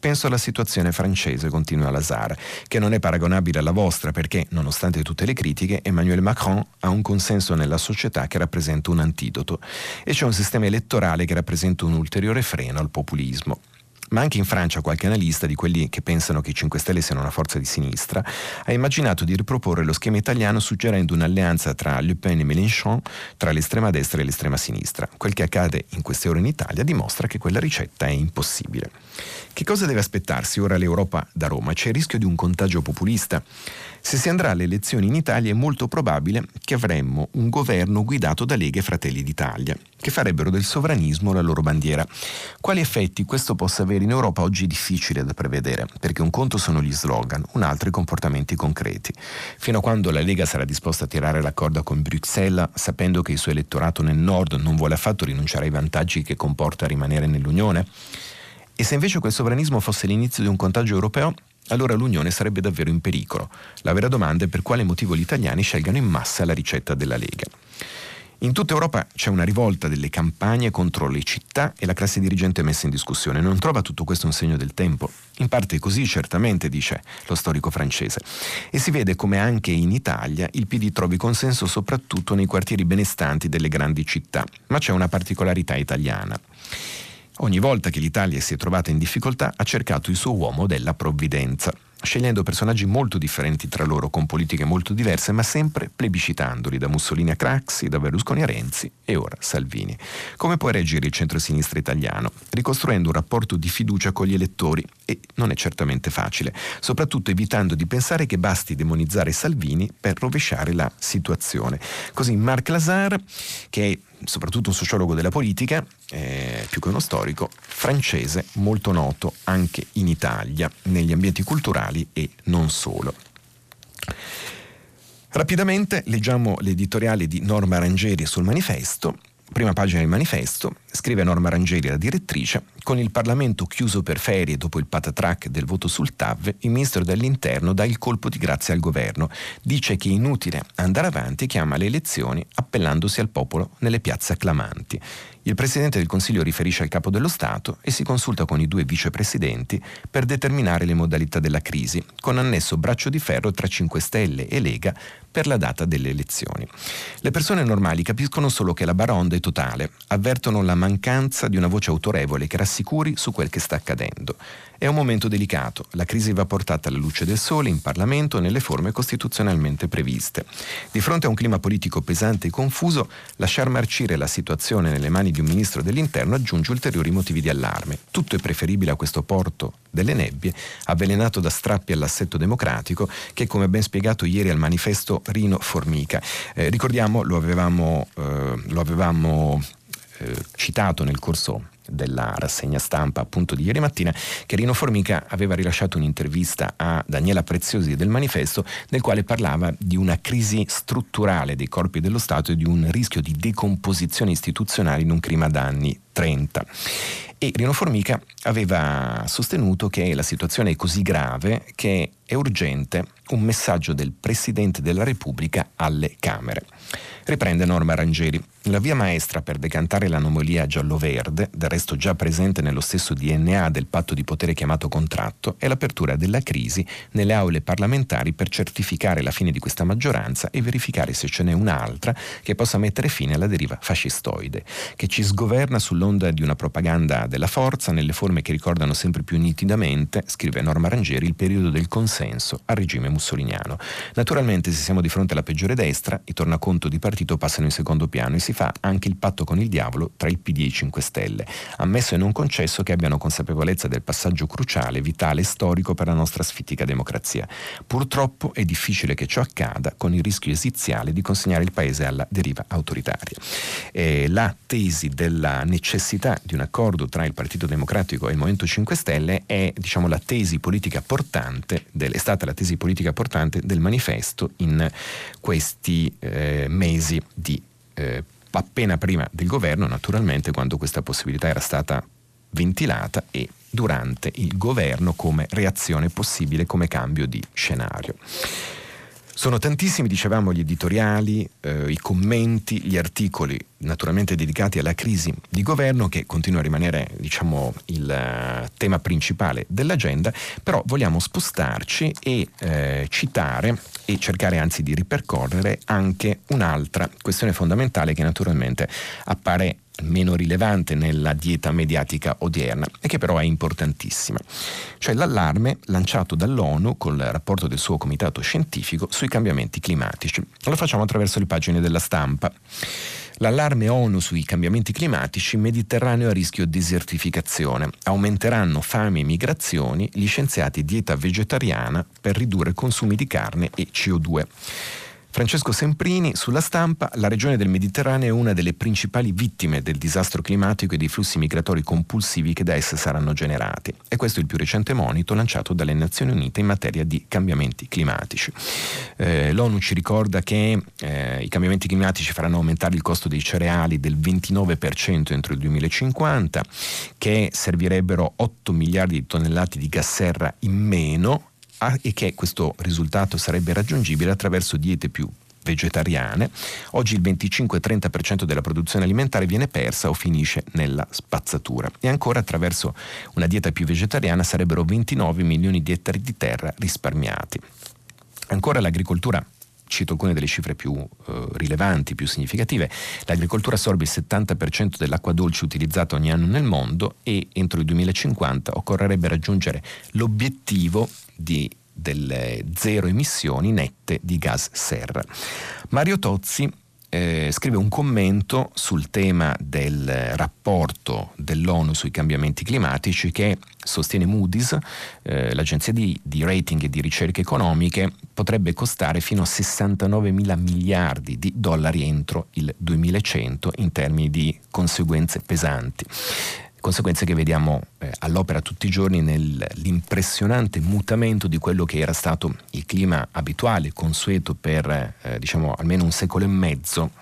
Penso alla situazione francese, continua Lazare, che non è paragonabile alla vostra perché, nonostante tutte le critiche, Emmanuel Macron ha un consenso nella società che rappresenta un antidoto e c'è un sistema elettorale che rappresenta un ulteriore freno al populismo. Ma anche in Francia qualche analista, di quelli che pensano che i cinque Stelle siano una forza di sinistra, ha immaginato di riproporre lo schema italiano suggerendo un'alleanza tra Le Pen e Mélenchon, tra l'estrema destra e l'estrema sinistra. Quel che accade in queste ore in Italia dimostra che quella ricetta è impossibile. Che cosa deve aspettarsi ora l'Europa da Roma? C'è il rischio di un contagio populista? Se si andrà alle elezioni in Italia è molto probabile che avremmo un governo guidato da Lega e Fratelli d'Italia, che farebbero del sovranismo la loro bandiera. Quali effetti questo possa avere in Europa oggi è difficile da prevedere, perché un conto sono gli slogan, un altro i comportamenti concreti. Fino a quando la Lega sarà disposta a tirare la corda con Bruxelles, sapendo che il suo elettorato nel nord non vuole affatto rinunciare ai vantaggi che comporta rimanere nell'Unione? E se invece quel sovranismo fosse l'inizio di un contagio europeo, allora l'Unione sarebbe davvero in pericolo. La vera domanda è per quale motivo gli italiani scelgano in massa la ricetta della Lega. In tutta Europa c'è una rivolta delle campagne contro le città e la classe dirigente messa in discussione. Non trova tutto questo un segno del tempo? In parte così, certamente, dice lo storico francese. E si vede come anche in Italia il P D trovi consenso soprattutto nei quartieri benestanti delle grandi città. Ma c'è una particolarità italiana. Ogni volta che l'Italia si è trovata in difficoltà ha cercato il suo uomo della provvidenza, scegliendo personaggi molto differenti tra loro, con politiche molto diverse, ma sempre plebiscitandoli, da Mussolini a Craxi, da Berlusconi a Renzi e ora Salvini. Come può reagire il centro-sinistra italiano? Ricostruendo un rapporto di fiducia con gli elettori, e non è certamente facile, soprattutto evitando di pensare che basti demonizzare Salvini per rovesciare la situazione. Così Marc Lazare, che è soprattutto un sociologo della politica, eh, più che uno storico, francese, molto noto anche in Italia, negli ambienti culturali e non solo. Rapidamente leggiamo l'editoriale di Norma Rangieri sul Manifesto. Prima pagina del Manifesto, scrive Norma Rangieri, la direttrice: con il Parlamento chiuso per ferie dopo il patatrac del voto sul T A V, il Ministro dell'Interno dà il colpo di grazia al governo, dice che è inutile andare avanti e chiama le elezioni appellandosi al popolo nelle piazze acclamanti. Il Presidente del Consiglio riferisce al Capo dello Stato e si consulta con i due vicepresidenti per determinare le modalità della crisi, con annesso braccio di ferro tra cinque Stelle e Lega per la data delle elezioni. Le persone normali capiscono solo che la baraonda è totale, avvertono la mancanza di una voce autorevole che rassicuri su quel che sta accadendo. È un momento delicato, la crisi va portata alla luce del sole in Parlamento nelle forme costituzionalmente previste. Di fronte a un clima politico pesante e confuso, lasciar marcire la situazione nelle mani di un ministro dell'Interno aggiunge ulteriori motivi di allarme. Tutto è preferibile a questo porto delle nebbie, avvelenato da strappi all'assetto democratico, che, come ben spiegato ieri al Manifesto Rino Formica, eh, ricordiamo, lo avevamo, eh, lo avevamo eh, citato nel corso della rassegna stampa appunto di ieri mattina, che Rino Formica aveva rilasciato un'intervista a Daniela Preziosi del Manifesto, nel quale parlava di una crisi strutturale dei corpi dello Stato e di un rischio di decomposizione istituzionale in un clima da anni trenta. E Rino Formica aveva sostenuto che la situazione è così grave che è urgente un messaggio del Presidente della Repubblica alle Camere. Riprende Norma Rangieri: la via maestra per decantare l'anomalia giallo-verde, del resto già presente nello stesso D N A del patto di potere chiamato contratto, è l'apertura della crisi nelle aule parlamentari per certificare la fine di questa maggioranza e verificare se ce n'è un'altra che possa mettere fine alla deriva fascistoide, che ci sgoverna sull'onda di una propaganda della forza nelle forme che ricordano sempre più nitidamente, scrive Norma Rangieri, il periodo del consenso al regime mussoliniano. Naturalmente, se siamo di fronte alla peggiore destra, i tornaconto di partito passano in secondo piano e si fa anche il patto con il diavolo tra il P D e i cinque Stelle, ammesso e non concesso che abbiano consapevolezza del passaggio cruciale, vitale e storico per la nostra sfittica democrazia. Purtroppo è difficile che ciò accada, con il rischio esiziale di consegnare il paese alla deriva autoritaria. E la tesi della necessità di un accordo tra il Partito Democratico e il Movimento cinque Stelle è, diciamo, la tesi politica portante del, è stata la tesi politica portante del Manifesto in questi eh, mesi di eh, appena prima del governo, naturalmente, quando questa possibilità era stata ventilata, e durante il governo come reazione possibile, come cambio di scenario. Sono tantissimi, dicevamo, gli editoriali, eh, i commenti, gli articoli naturalmente dedicati alla crisi di governo, che continua a rimanere, diciamo, il uh, tema principale dell'agenda, però vogliamo spostarci e eh, citare e cercare anzi di ripercorrere anche un'altra questione fondamentale che naturalmente appare meno rilevante nella dieta mediatica odierna e che però è importantissima, cioè l'allarme lanciato dall'ONU col rapporto del suo comitato scientifico sui cambiamenti climatici. Lo facciamo attraverso le pagine della Stampa. L'allarme ONU sui cambiamenti climatici: Mediterraneo a rischio desertificazione, aumenteranno fame e migrazioni, gli scienziati dieta vegetariana per ridurre consumi di carne e C O due. Francesco Semprini, sulla Stampa: la regione del Mediterraneo è una delle principali vittime del disastro climatico e dei flussi migratori compulsivi che da essa saranno generati. E questo è il più recente monito lanciato dalle Nazioni Unite in materia di cambiamenti climatici. Eh, L'ONU ci ricorda che eh, i cambiamenti climatici faranno aumentare il costo dei cereali del ventinove per cento entro il duemilacinquanta, che servirebbero otto miliardi di tonnellate di gas serra in meno, e che questo risultato sarebbe raggiungibile attraverso diete più vegetariane. Oggi il venticinque trenta per cento della produzione alimentare viene persa o finisce nella spazzatura, e ancora attraverso una dieta più vegetariana sarebbero ventinove milioni di ettari di terra risparmiati. Ancora l'agricoltura. Cito alcune delle cifre più eh, rilevanti, più significative. L'agricoltura assorbe il settanta per cento dell'acqua dolce utilizzata ogni anno nel mondo, e entro il duemilacinquanta occorrerebbe raggiungere l'obiettivo di delle zero emissioni nette di gas serra. Mario Tozzi eh, scrive un commento sul tema del rapporto dell'ONU sui cambiamenti climatici che sostiene Moody's, eh, l'agenzia di, di rating e di ricerche economiche, potrebbe costare fino a sessantanovemila miliardi di dollari entro il duemilacento in termini di conseguenze pesanti. Conseguenze che vediamo eh, all'opera tutti i giorni nell'impressionante mutamento di quello che era stato il clima abituale, consueto per eh, diciamo almeno un secolo e mezzo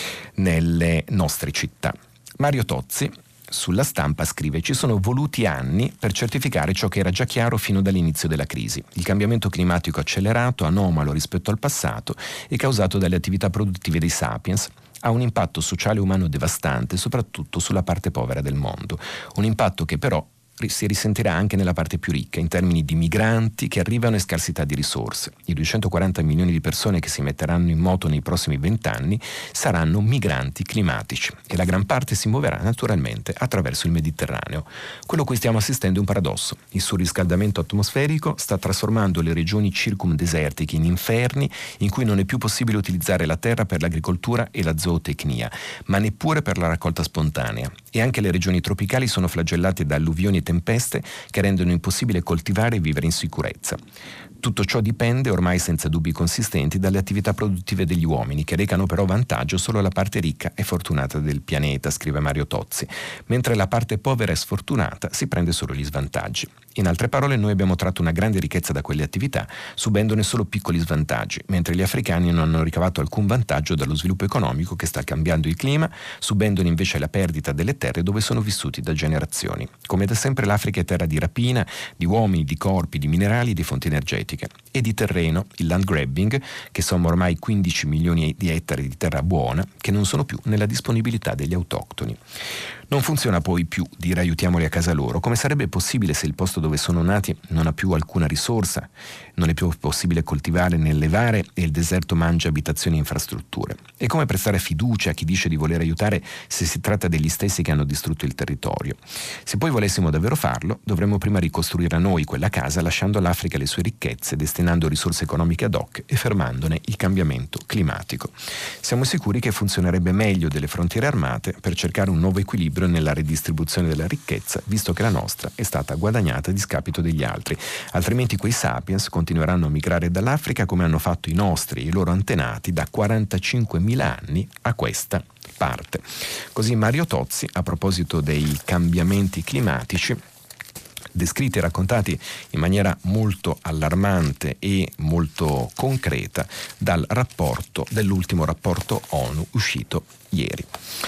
nelle nostre città. Mario Tozzi sulla Stampa scrive: ci sono voluti anni per certificare ciò che era già chiaro fino dall'inizio della crisi. Il cambiamento climatico accelerato, anomalo rispetto al passato e causato dalle attività produttive dei sapiens, ha un impatto sociale e umano devastante, soprattutto sulla parte povera del mondo. Un impatto che però si risentirà anche nella parte più ricca, in termini di migranti che arrivano e scarsità di risorse. I duecentoquaranta milioni di persone che si metteranno in moto nei prossimi vent'anni saranno migranti climatici, e la gran parte si muoverà naturalmente attraverso il Mediterraneo. Quello a cui stiamo assistendo è un paradosso. Il surriscaldamento atmosferico sta trasformando le regioni circumdesertiche in inferni in cui non è più possibile utilizzare la terra per l'agricoltura e la zootecnia, ma neppure per la raccolta spontanea. E anche le regioni tropicali sono flagellate da alluvioni e tempeste che rendono impossibile coltivare e vivere in sicurezza. Tutto ciò dipende, ormai senza dubbi consistenti, dalle attività produttive degli uomini, che recano però vantaggio solo alla parte ricca e fortunata del pianeta, scrive Mario Tozzi, mentre la parte povera e sfortunata si prende solo gli svantaggi. In altre parole, noi abbiamo tratto una grande ricchezza da quelle attività, subendone solo piccoli svantaggi, mentre gli africani non hanno ricavato alcun vantaggio dallo sviluppo economico che sta cambiando il clima, subendone invece la perdita delle terre dove sono vissuti da generazioni. Come da sempre l'Africa è terra di rapina, di uomini, di corpi, di minerali e di fonti energetiche, e di terreno, il land grabbing, che somma ormai quindici milioni di ettari di terra buona che non sono più nella disponibilità degli autoctoni. Non funziona poi più dire aiutiamoli a casa loro. Come sarebbe possibile se il posto dove sono nati non ha più alcuna risorsa, non è più possibile coltivare né allevare e il deserto mangia abitazioni e infrastrutture? E come prestare fiducia a chi dice di voler aiutare se si tratta degli stessi che hanno distrutto il territorio? Se poi volessimo davvero farlo, dovremmo prima ricostruire a noi quella casa, lasciando all'Africa le sue ricchezze, destinando risorse economiche ad hoc e fermandone il cambiamento climatico. Siamo sicuri che funzionerebbe meglio delle frontiere armate per cercare un nuovo equilibrio nella redistribuzione della ricchezza, visto che la nostra è stata guadagnata a discapito degli altri. Altrimenti quei sapiens continueranno a migrare dall'Africa come hanno fatto i nostri e i loro antenati da quarantacinquemila anni a questa parte. Così Mario Tozzi a proposito dei cambiamenti climatici, descritti e raccontati in maniera molto allarmante e molto concreta dal rapporto dell'ultimo rapporto ONU uscito ieri.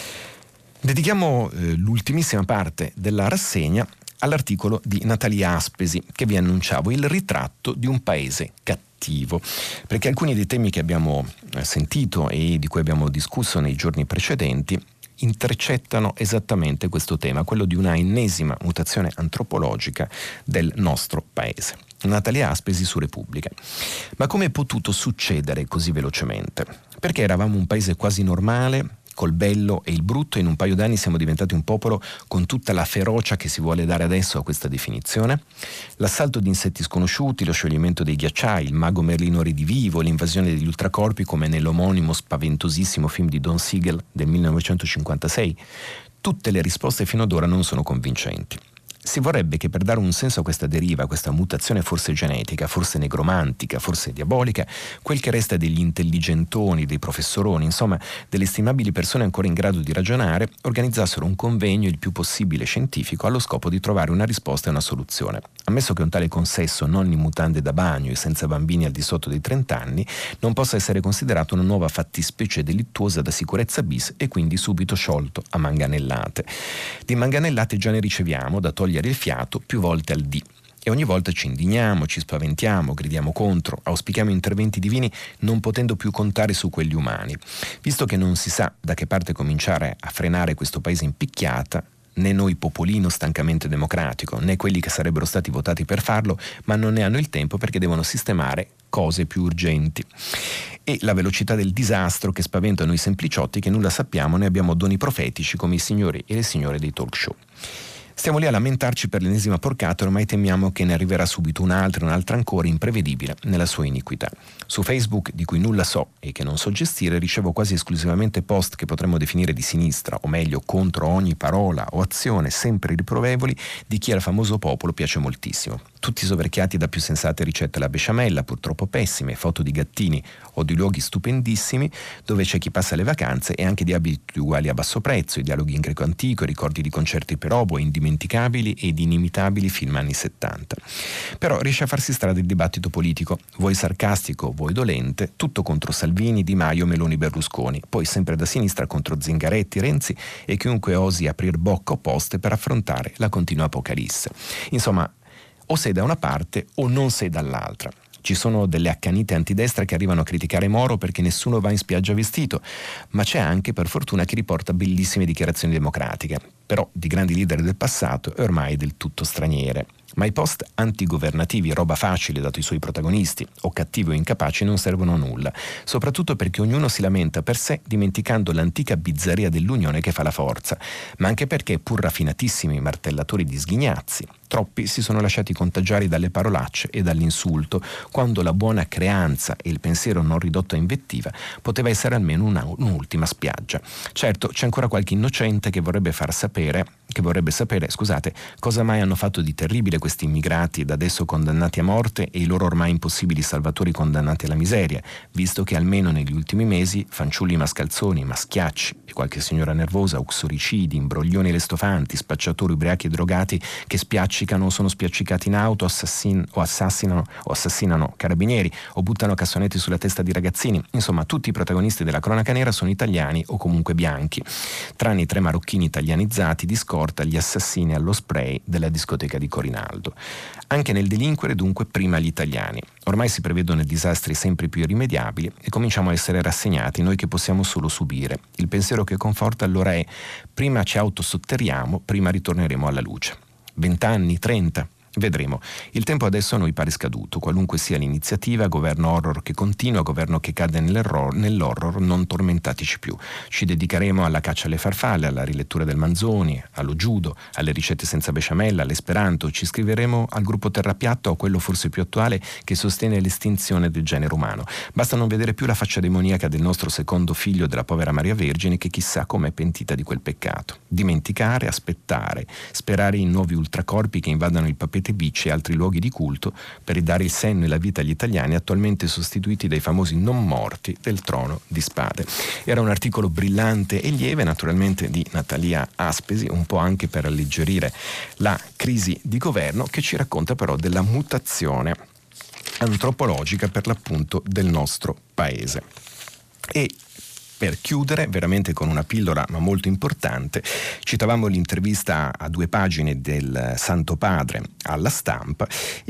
Dedichiamo eh, l'ultimissima parte della rassegna all'articolo di Natalia Aspesi che vi annunciavo, il ritratto di un paese cattivo. cattivo, perché alcuni dei temi che abbiamo sentito e di cui abbiamo discusso nei giorni precedenti intercettano esattamente questo tema, quello di una ennesima mutazione antropologica del nostro paese. Natalia Aspesi su Repubblica. Ma come è potuto succedere così velocemente? Perché eravamo un paese quasi normale, col bello e il brutto, e in un paio d'anni siamo diventati un popolo con tutta la ferocia che si vuole dare adesso a questa definizione? L'assalto di insetti sconosciuti, lo scioglimento dei ghiacciai, il mago Merlino redivivo, l'invasione degli ultracorpi come nell'omonimo spaventosissimo film di Don Siegel del millenovecentocinquantasei. Tutte le risposte fino ad ora non sono convincenti. Si vorrebbe che per dare un senso a questa deriva, a questa mutazione forse genetica, forse negromantica, forse diabolica, quel che resta degli intelligentoni, dei professoroni, insomma delle stimabili persone ancora in grado di ragionare, organizzassero un convegno il più possibile scientifico allo scopo di trovare una risposta e una soluzione. Ammesso che un tale consesso, non in mutande da bagno e senza bambini al di sotto dei trenta anni, non possa essere considerato una nuova fattispecie delittuosa da sicurezza bis e quindi subito sciolto a manganellate. Di manganellate già ne riceviamo da togliere il fiato più volte al dì. E ogni volta ci indigniamo, ci spaventiamo, gridiamo contro, auspichiamo interventi divini non potendo più contare su quelli umani. Visto che non si sa da che parte cominciare a frenare questo paese in picchiata, né noi popolino stancamente democratico, né quelli che sarebbero stati votati per farlo, ma non ne hanno il tempo perché devono sistemare cose più urgenti. E la velocità del disastro che spaventa noi sempliciotti che nulla sappiamo, ne abbiamo doni profetici come i signori e le signore dei talk show. Stiamo lì a lamentarci per l'ennesima porcata e ormai temiamo che ne arriverà subito un'altra, un'altra ancora imprevedibile nella sua iniquità. Su Facebook, di cui nulla so e che non so gestire, ricevo quasi esclusivamente post che potremmo definire di sinistra, o meglio contro ogni parola o azione sempre riprovevoli di chi al famoso popolo piace moltissimo. Tutti soverchiati da più sensate ricette alla besciamella, purtroppo pessime, foto di gattini o di luoghi stupendissimi dove c'è chi passa le vacanze e anche di abiti uguali a basso prezzo, i dialoghi in greco antico, i ricordi di concerti per oboe, indimenticabili ed inimitabili film anni settanta. Però riesce a farsi strada il dibattito politico, vuoi sarcastico, vuoi dolente, tutto contro Salvini, Di Maio, Meloni, Berlusconi, poi sempre da sinistra contro Zingaretti, Renzi e chiunque osi aprir bocca opposte per affrontare la continua apocalisse. Insomma, o sei da una parte o non sei dall'altra. Ci sono delle accanite antidestra che arrivano a criticare Moro perché nessuno va in spiaggia vestito, ma c'è anche per fortuna chi riporta bellissime dichiarazioni democratiche, però di grandi leader del passato e ormai del tutto straniere. Ma i post antigovernativi, roba facile dato i suoi protagonisti, o cattivi o incapaci, non servono a nulla, soprattutto perché ognuno si lamenta per sé dimenticando l'antica bizzarria dell'unione che fa la forza, ma anche perché, pur raffinatissimi martellatori di sghignazzi, troppi si sono lasciati contagiare dalle parolacce e dall'insulto, quando la buona creanza e il pensiero non ridotto a invettiva poteva essere almeno una, un'ultima spiaggia. Certo, c'è ancora qualche innocente che vorrebbe far sapere, che vorrebbe sapere, scusate, cosa mai hanno fatto di terribile questi immigrati da adesso condannati a morte e i loro ormai impossibili salvatori condannati alla miseria, visto che almeno negli ultimi mesi fanciulli mascalzoni, maschiacci e qualche signora nervosa, uxoricidi, imbroglioni lestofanti, spacciatori ubriachi e drogati che spiaccicano o sono spiaccicati in auto assassin- o assassinano o assassinano carabinieri o buttano cassonetti sulla testa di ragazzini. Insomma, tutti i protagonisti della cronaca nera sono italiani o comunque bianchi, tranne i tre marocchini italianizzati di scorta, gli assassini allo spray della discoteca di Corinaldo. Anche nel delinquere dunque prima gli italiani. Ormai si prevedono disastri sempre più irrimediabili e cominciamo a essere rassegnati noi che possiamo solo subire. Il pensiero che conforta allora è: prima ci autosotterriamo, prima ritorneremo alla luce. Vent'anni, trenta? Vedremo. Il tempo adesso a noi pare scaduto, qualunque sia l'iniziativa, governo horror che continua, governo che cade nell'horror, non tormentateci più. Ci dedicheremo alla caccia alle farfalle, alla rilettura del Manzoni, allo judo, alle ricette senza besciamella, all'esperanto. Ci iscriveremo al gruppo Terrapiatto o a quello forse più attuale che sostiene l'estinzione del genere umano. Basta non vedere più la faccia demoniaca del nostro secondo figlio della povera Maria Vergine che chissà com'è pentita di quel peccato. Dimenticare, aspettare, sperare in nuovi ultracorpi che invadano il papete bici e altri luoghi di culto per ridare il senno e la vita agli italiani attualmente sostituiti dai famosi non morti del Trono di Spade. Era un articolo brillante e lieve, naturalmente di Natalia Aspesi, un po' anche per alleggerire la crisi di governo, che ci racconta però della mutazione antropologica per l'appunto del nostro paese. E per chiudere, veramente con una pillola ma molto importante, citavamo l'intervista a due pagine del Santo Padre alla Stampa e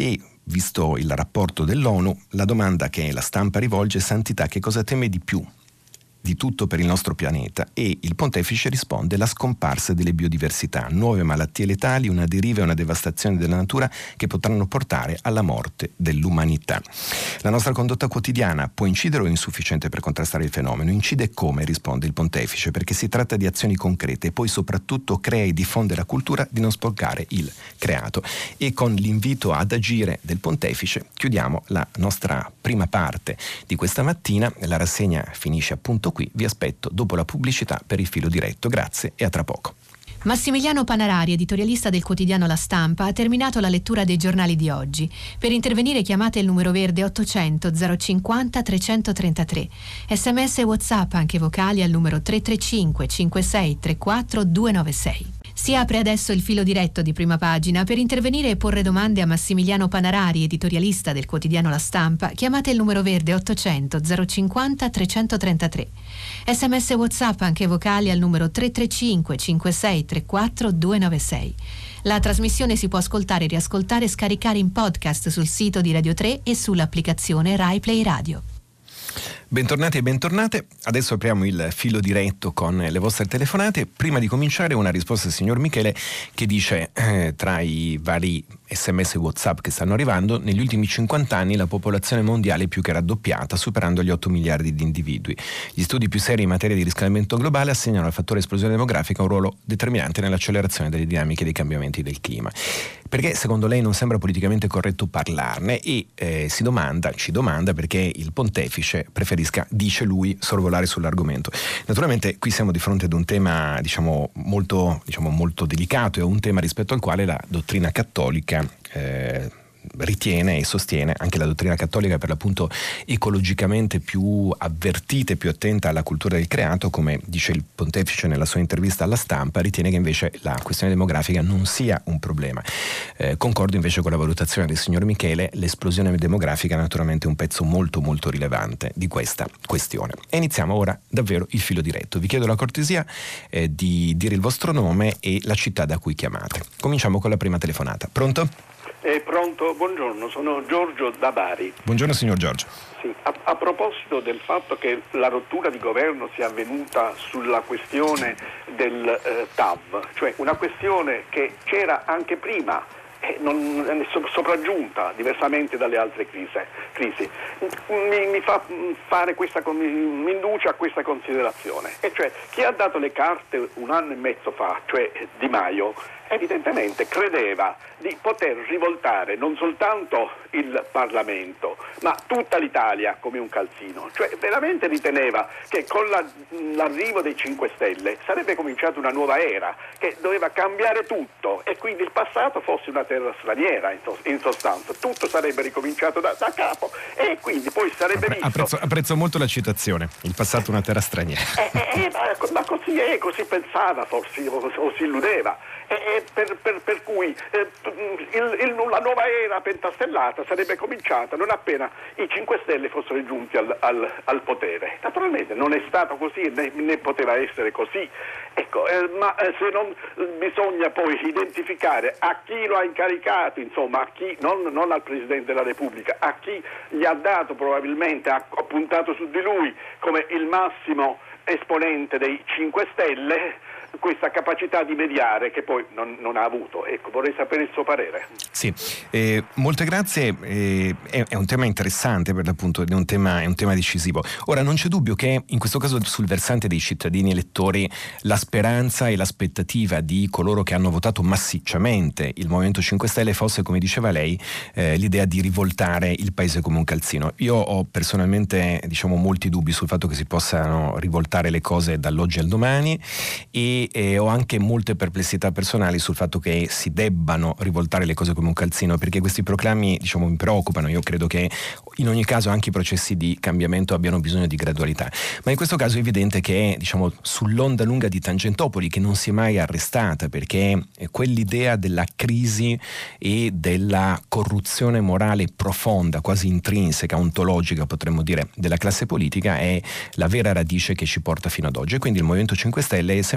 visto il rapporto dell'ONU, la domanda che la stampa rivolge è: Santità, che cosa teme di più di tutto per il nostro pianeta? E il pontefice risponde: la scomparsa delle biodiversità, nuove malattie letali, una deriva e una devastazione della natura che potranno portare alla morte dell'umanità. La nostra condotta quotidiana può incidere o è insufficiente per contrastare il fenomeno? Incide come, risponde il pontefice, perché si tratta di azioni concrete e poi soprattutto crea e diffonde la cultura di non sporcare il creato. E con l'invito ad agire del pontefice chiudiamo la nostra prima parte di questa mattina. La rassegna finisce appunto qui. Vi aspetto dopo la pubblicità per il filo diretto. Grazie e a tra poco. Massimiliano Panarari, editorialista del quotidiano La Stampa, ha terminato la lettura dei giornali di oggi. Per intervenire chiamate il numero verde ottocento zero cinquanta trecentotrentatré. Sms e WhatsApp anche vocali al numero tre tre cinque cinque sei tre quattro due nove sei. Si apre adesso il filo diretto di Prima Pagina. Per intervenire e porre domande a Massimiliano Panarari, editorialista del quotidiano La Stampa, chiamate il numero verde ottocento zero cinquanta trecentotrentatré. Sms e WhatsApp anche vocali al numero tre tre cinque cinque sei tre quattro due nove sei. La trasmissione si può ascoltare, riascoltare e scaricare in podcast sul sito di Radio tre e sull'applicazione Rai Play Radio. Bentornati e bentornate, adesso apriamo il filo diretto con le vostre telefonate. Prima di cominciare una risposta al signor Michele che dice eh, tra i vari sms e WhatsApp che stanno arrivando: negli ultimi cinquanta anni la popolazione mondiale è più che raddoppiata, superando gli otto miliardi di individui. Gli studi più seri in materia di riscaldamento globale assegnano al fattore esplosione demografica un ruolo determinante nell'accelerazione delle dinamiche dei cambiamenti del clima. Perché secondo lei non sembra politicamente corretto parlarne? E eh, si domanda, ci domanda perché il pontefice preferisca, dice lui, sorvolare sull'argomento. Naturalmente qui siamo di fronte ad un tema diciamo molto, diciamo, molto delicato, è un tema rispetto al quale la dottrina cattolica eh, ritiene e sostiene, anche la dottrina cattolica per l'appunto ecologicamente più avvertita e più attenta alla cultura del creato, come dice il pontefice nella sua intervista alla Stampa, ritiene che invece la questione demografica non sia un problema. Eh, concordo invece con la valutazione del signor Michele, l'esplosione demografica è naturalmente un pezzo molto molto rilevante di questa questione. E iniziamo ora davvero il filo diretto. Vi chiedo la cortesia eh, di dire il vostro nome e la città da cui chiamate. Cominciamo con la prima telefonata. Pronto? Eh, pronto, buongiorno, sono Giorgio da Bari. Buongiorno signor Giorgio. Sì, a, a proposito del fatto che la rottura di governo sia avvenuta sulla questione del eh, T A V, cioè una questione che c'era anche prima, eh, non, è sopraggiunta diversamente dalle altre crisi, crisi. Mi, mi fa fare questa, mi induce a questa considerazione, e cioè chi ha dato le carte un anno e mezzo fa, cioè Di Maio, evidentemente credeva di poter rivoltare non soltanto il Parlamento, ma tutta l'Italia come un calzino. Cioè veramente riteneva che con la, l'arrivo dei cinque Stelle sarebbe cominciata una nuova era, che doveva cambiare tutto e quindi il passato fosse una terra straniera, in sostanza. Tutto sarebbe ricominciato da, da capo e quindi poi sarebbe visto... Apprezzo, apprezzo molto la citazione, il passato una terra straniera. Eh, eh, eh, ma, ma così è, così pensava forse, o, o si illudeva. E per, per, per cui eh, il, il, la nuova era pentastellata sarebbe cominciata non appena i cinque Stelle fossero giunti al, al, al potere. Naturalmente non è stato così, né, né poteva essere così. Ecco, eh, ma eh, se non bisogna poi identificare a chi lo ha incaricato, insomma, a chi, non, non al Presidente della Repubblica, a chi gli ha dato probabilmente, ha, ha puntato su di lui come il massimo esponente dei cinque Stelle, questa capacità di mediare che poi non, non ha avuto. Ecco, vorrei sapere il suo parere. Sì, eh, molte grazie. Eh, è, è un tema interessante per l'appunto, è un tema, è un tema decisivo. Ora non c'è dubbio che in questo caso sul versante dei cittadini elettori la speranza e l'aspettativa di coloro che hanno votato massicciamente il Movimento cinque Stelle fosse, come diceva lei, eh, l'idea di rivoltare il paese come un calzino. Io ho personalmente diciamo molti dubbi sul fatto che si possano rivoltare le cose dall'oggi al domani e E ho anche molte perplessità personali sul fatto che si debbano rivoltare le cose come un calzino, perché questi proclami diciamo mi preoccupano. Io credo che in ogni caso anche i processi di cambiamento abbiano bisogno di gradualità, ma in questo caso è evidente che diciamo sull'onda lunga di Tangentopoli, che non si è mai arrestata, perché quell'idea della crisi e della corruzione morale profonda, quasi intrinseca, ontologica potremmo dire, della classe politica è la vera radice che ci porta fino ad oggi, e quindi il Movimento cinque Stelle è sembrato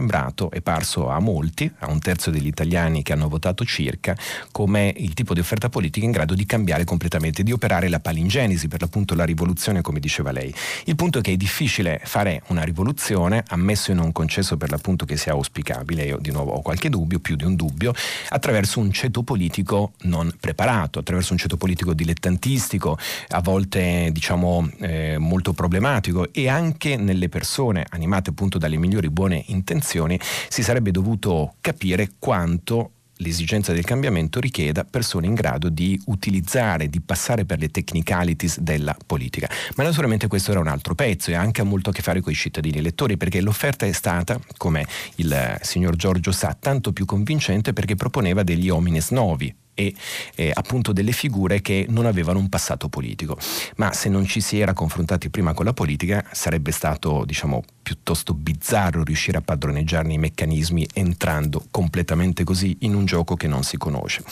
sembrato e parso a molti, a un terzo degli italiani che hanno votato circa, come il tipo di offerta politica in grado di cambiare completamente, di operare la palingenesi, per l'appunto la rivoluzione, come diceva lei. Il punto è che è difficile fare una rivoluzione, ammesso e non concesso per l'appunto che sia auspicabile, io di nuovo ho qualche dubbio, più di un dubbio, attraverso un ceto politico non preparato, attraverso un ceto politico dilettantistico, a volte diciamo eh, molto problematico, e anche nelle persone animate appunto dalle migliori buone intenzioni si sarebbe dovuto capire quanto l'esigenza del cambiamento richieda persone in grado di utilizzare, di passare per le technicalities della politica. Ma naturalmente questo era un altro pezzo e anche ha molto a che fare con i cittadini elettori, perché l'offerta è stata, come il signor Giorgio sa, tanto più convincente perché proponeva degli homines novi e eh, appunto delle figure che non avevano un passato politico. Ma se non ci si era confrontati prima con la politica sarebbe stato, diciamo, piuttosto bizzarro riuscire a padroneggiarne i meccanismi entrando completamente così in un gioco che non si conosce.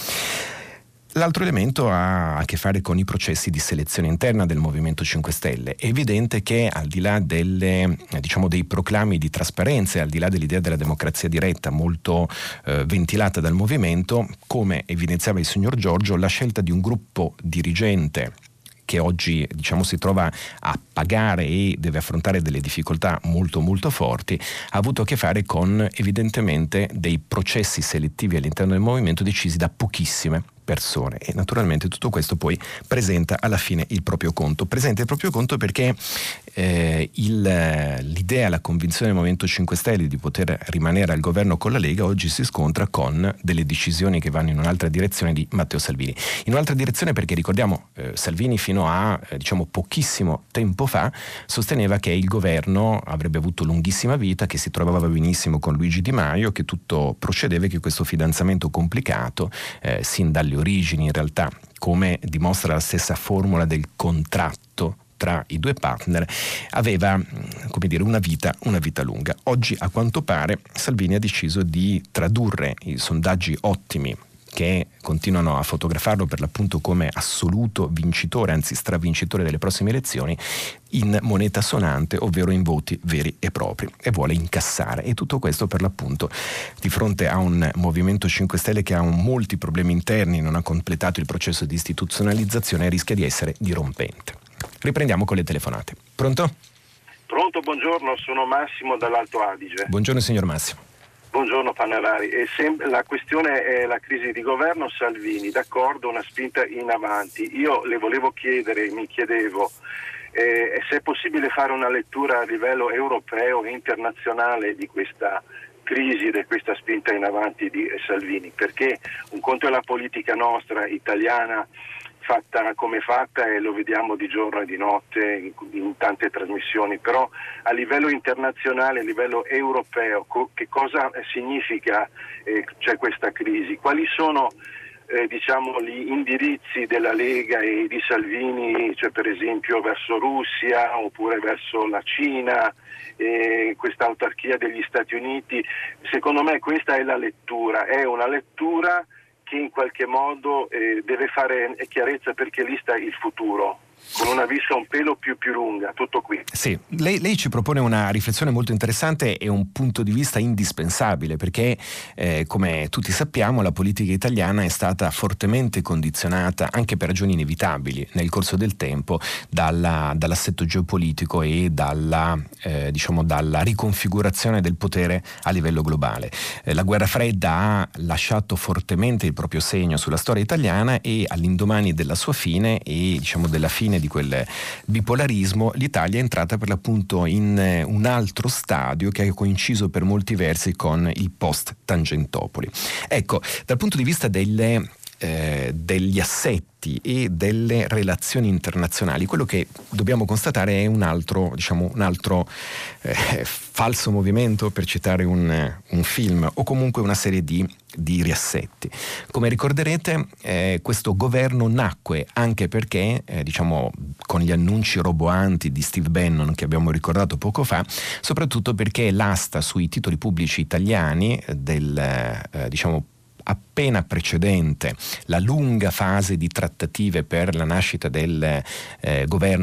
L'altro elemento ha a che fare con i processi di selezione interna del Movimento cinque Stelle. È evidente che al di là delle, diciamo, dei proclami di trasparenza e al di là dell'idea della democrazia diretta molto eh, ventilata dal movimento, come evidenziava il signor Giorgio, la scelta di un gruppo dirigente che oggi diciamo si trova a pagare e deve affrontare delle difficoltà molto molto forti, ha avuto a che fare con evidentemente dei processi selettivi all'interno del movimento decisi da pochissime persone, e naturalmente tutto questo poi presenta alla fine il proprio conto. Presenta il proprio conto perché eh, il, l'idea, la convinzione del Movimento cinque Stelle di poter rimanere al governo con la Lega oggi si scontra con delle decisioni che vanno in un'altra direzione di Matteo Salvini. In un'altra direzione perché ricordiamo eh, Salvini fino a eh, diciamo pochissimo tempo fa sosteneva che il governo avrebbe avuto lunghissima vita, che si trovava benissimo con Luigi Di Maio, che tutto procedeva e che questo fidanzamento complicato eh, sin dalle origini in realtà, come dimostra la stessa formula del contratto tra i due partner, aveva, come dire, una vita, una vita lunga. Oggi a quanto pare Salvini ha deciso di tradurre i sondaggi ottimi che continuano a fotografarlo per l'appunto come assoluto vincitore, anzi stravincitore delle prossime elezioni, in moneta sonante, ovvero in voti veri e propri, e vuole incassare. E tutto questo per l'appunto di fronte a un Movimento cinque Stelle che ha un, molti problemi interni, non ha completato il processo di istituzionalizzazione e rischia di essere dirompente. Riprendiamo con le telefonate. Pronto? Pronto, buongiorno, sono Massimo dall'Alto Adige. Buongiorno signor Massimo. Buongiorno Panarari. E sem- la questione è la crisi di governo Salvini, d'accordo, una spinta in avanti. Io le volevo chiedere, mi chiedevo, eh, se è possibile fare una lettura a livello europeo e internazionale di questa crisi e di questa spinta in avanti di Salvini, perché un conto è la politica nostra, italiana, fatta come fatta, e lo vediamo di giorno e di notte in, in tante trasmissioni, però a livello internazionale, a livello europeo, co- che cosa significa eh, c'è questa crisi? Quali sono eh, diciamo gli indirizzi della Lega e di Salvini, cioè per esempio verso Russia oppure verso la Cina, eh, questa autarchia degli Stati Uniti? Secondo me questa è la lettura, è una lettura che in qualche modo eh, deve fare chiarezza, perché lì sta il futuro, con una vista un pelo più più lunga. Tutto qui. Sì, lei, lei ci propone una riflessione molto interessante e un punto di vista indispensabile, perché eh, come tutti sappiamo la politica italiana è stata fortemente condizionata, anche per ragioni inevitabili nel corso del tempo, dalla, dall'assetto geopolitico e dalla, eh, diciamo, dalla riconfigurazione del potere a livello globale. Eh, la guerra fredda ha lasciato fortemente il proprio segno sulla storia italiana, e all'indomani della sua fine e diciamo della fine di quel bipolarismo, l'Italia è entrata per l'appunto in un altro stadio che ha coinciso per molti versi con il post Tangentopoli. Ecco, dal punto di vista delle Eh, degli assetti e delle relazioni internazionali, quello che dobbiamo constatare è un altro, diciamo, un altro eh, falso movimento, per citare un, un film, o comunque una serie di, di riassetti. Come ricorderete, eh, questo governo nacque anche perché, eh, diciamo, con gli annunci roboanti di Steve Bannon che abbiamo ricordato poco fa, soprattutto perché l'asta sui titoli pubblici italiani del, eh, diciamo, appena precedente la lunga fase di trattative per la nascita del eh, governo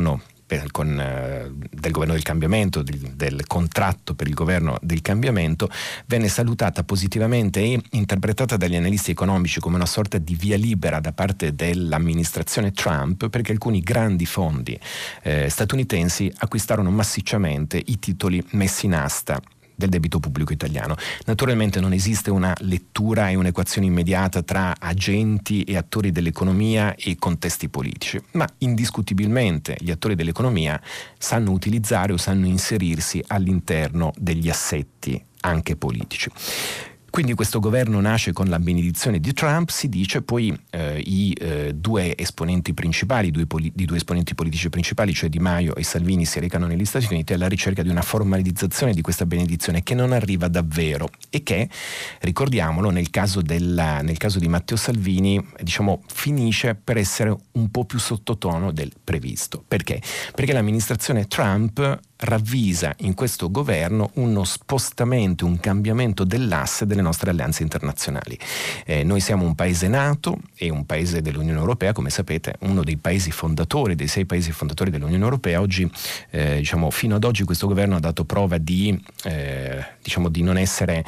per, con, eh, del governo del cambiamento, del, del contratto per il governo del cambiamento, venne salutata positivamente e interpretata dagli analisti economici come una sorta di via libera da parte dell'amministrazione Trump, perché alcuni grandi fondi eh, statunitensi acquistarono massicciamente i titoli messi in asta del debito pubblico italiano. Naturalmente non esiste una lettura e un'equazione immediata tra agenti e attori dell'economia e contesti politici, ma indiscutibilmente gli attori dell'economia sanno utilizzare o sanno inserirsi all'interno degli assetti anche politici. Quindi questo governo nasce con la benedizione di Trump, si dice, poi eh, i eh, due esponenti principali, i due, poli- i due esponenti politici principali, cioè Di Maio e Salvini, si recano negli Stati Uniti alla ricerca di una formalizzazione di questa benedizione che non arriva davvero e che, ricordiamolo, nel caso, della, nel caso di Matteo Salvini, diciamo, finisce per essere un po' più sottotono del previsto. Perché? Perché l'amministrazione Trump ravvisa in questo governo uno spostamento, un cambiamento dell'asse delle nostre alleanze internazionali. Eh, noi siamo un paese NATO e un paese dell'Unione Europea, come sapete, uno dei paesi fondatori, dei sei paesi fondatori dell'Unione Europea. Oggi, eh, diciamo, fino ad oggi questo governo ha dato prova di, eh, diciamo, di non essere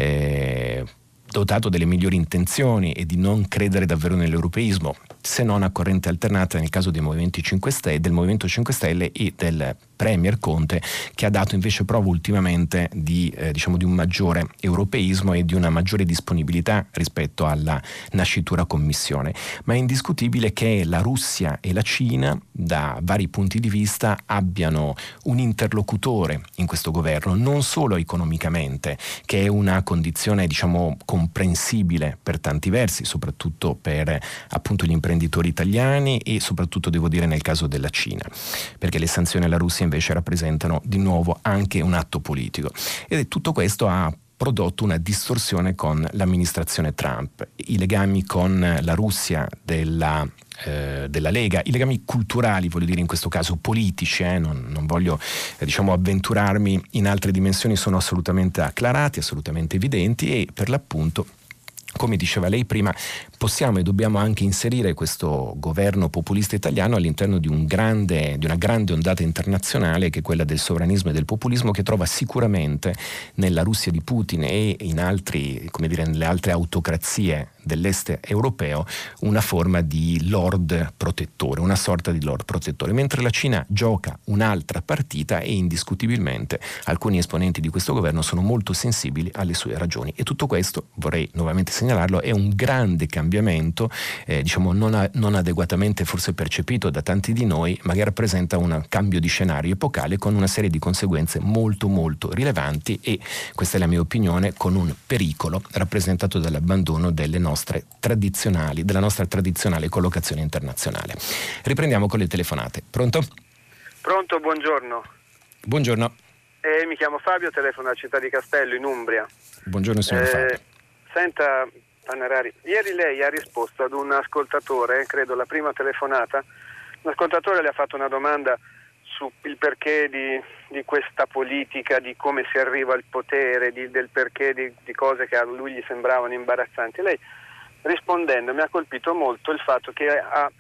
eh, dotato delle migliori intenzioni e di non credere davvero nell'europeismo, se non a corrente alternata nel caso dei Movimenti cinque Stelle, del Movimento cinque Stelle e del Premier Conte, che ha dato invece prova ultimamente di, eh, diciamo, di un maggiore europeismo e di una maggiore disponibilità rispetto alla nascitura commissione. Ma è indiscutibile che la Russia e la Cina, da vari punti di vista, abbiano un interlocutore in questo governo, non solo economicamente, che è una condizione, diciamo, comprensibile per tanti versi, soprattutto per appunto gli imprenditori italiani e soprattutto, devo dire, nel caso della Cina, perché le sanzioni alla Russia invece rappresentano di nuovo anche un atto politico. Ed tutto questo ha prodotto una distorsione con l'amministrazione Trump. I legami con la Russia della eh, della Lega, i legami culturali, voglio dire in questo caso politici, eh, non, non voglio eh, diciamo avventurarmi in altre dimensioni, sono assolutamente acclarati, assolutamente evidenti e per l'appunto, come diceva lei prima, possiamo e dobbiamo anche inserire questo governo populista italiano all'interno di, un grande, di una grande ondata internazionale che è quella del sovranismo e del populismo, che trova sicuramente nella Russia di Putin e in altri, come dire, nelle altre autocrazie dell'est europeo una forma di lord protettore, una sorta di lord protettore, mentre la Cina gioca un'altra partita e indiscutibilmente alcuni esponenti di questo governo sono molto sensibili alle sue ragioni. E tutto questo, vorrei nuovamente segnalarlo, è un grande cambiamento, eh, diciamo non, a, non adeguatamente forse percepito da tanti di noi, ma che rappresenta un cambio di scenario epocale con una serie di conseguenze molto molto rilevanti e, questa è la mia opinione, con un pericolo rappresentato dall'abbandono delle nostre tradizionali, della nostra tradizionale collocazione internazionale. Riprendiamo con le telefonate. Pronto? Pronto, buongiorno. Buongiorno. Eh, mi chiamo Fabio, telefono dalla città di Castello in Umbria. Buongiorno signor eh, Fabio. Senta, Panarari, ieri lei ha risposto ad un ascoltatore, credo la prima telefonata, l'ascoltatore le ha fatto una domanda sul perché di, di questa politica, di come si arriva al potere, di, del perché di, di cose che a lui gli sembravano imbarazzanti. Lei, rispondendo, mi ha colpito molto il fatto che ha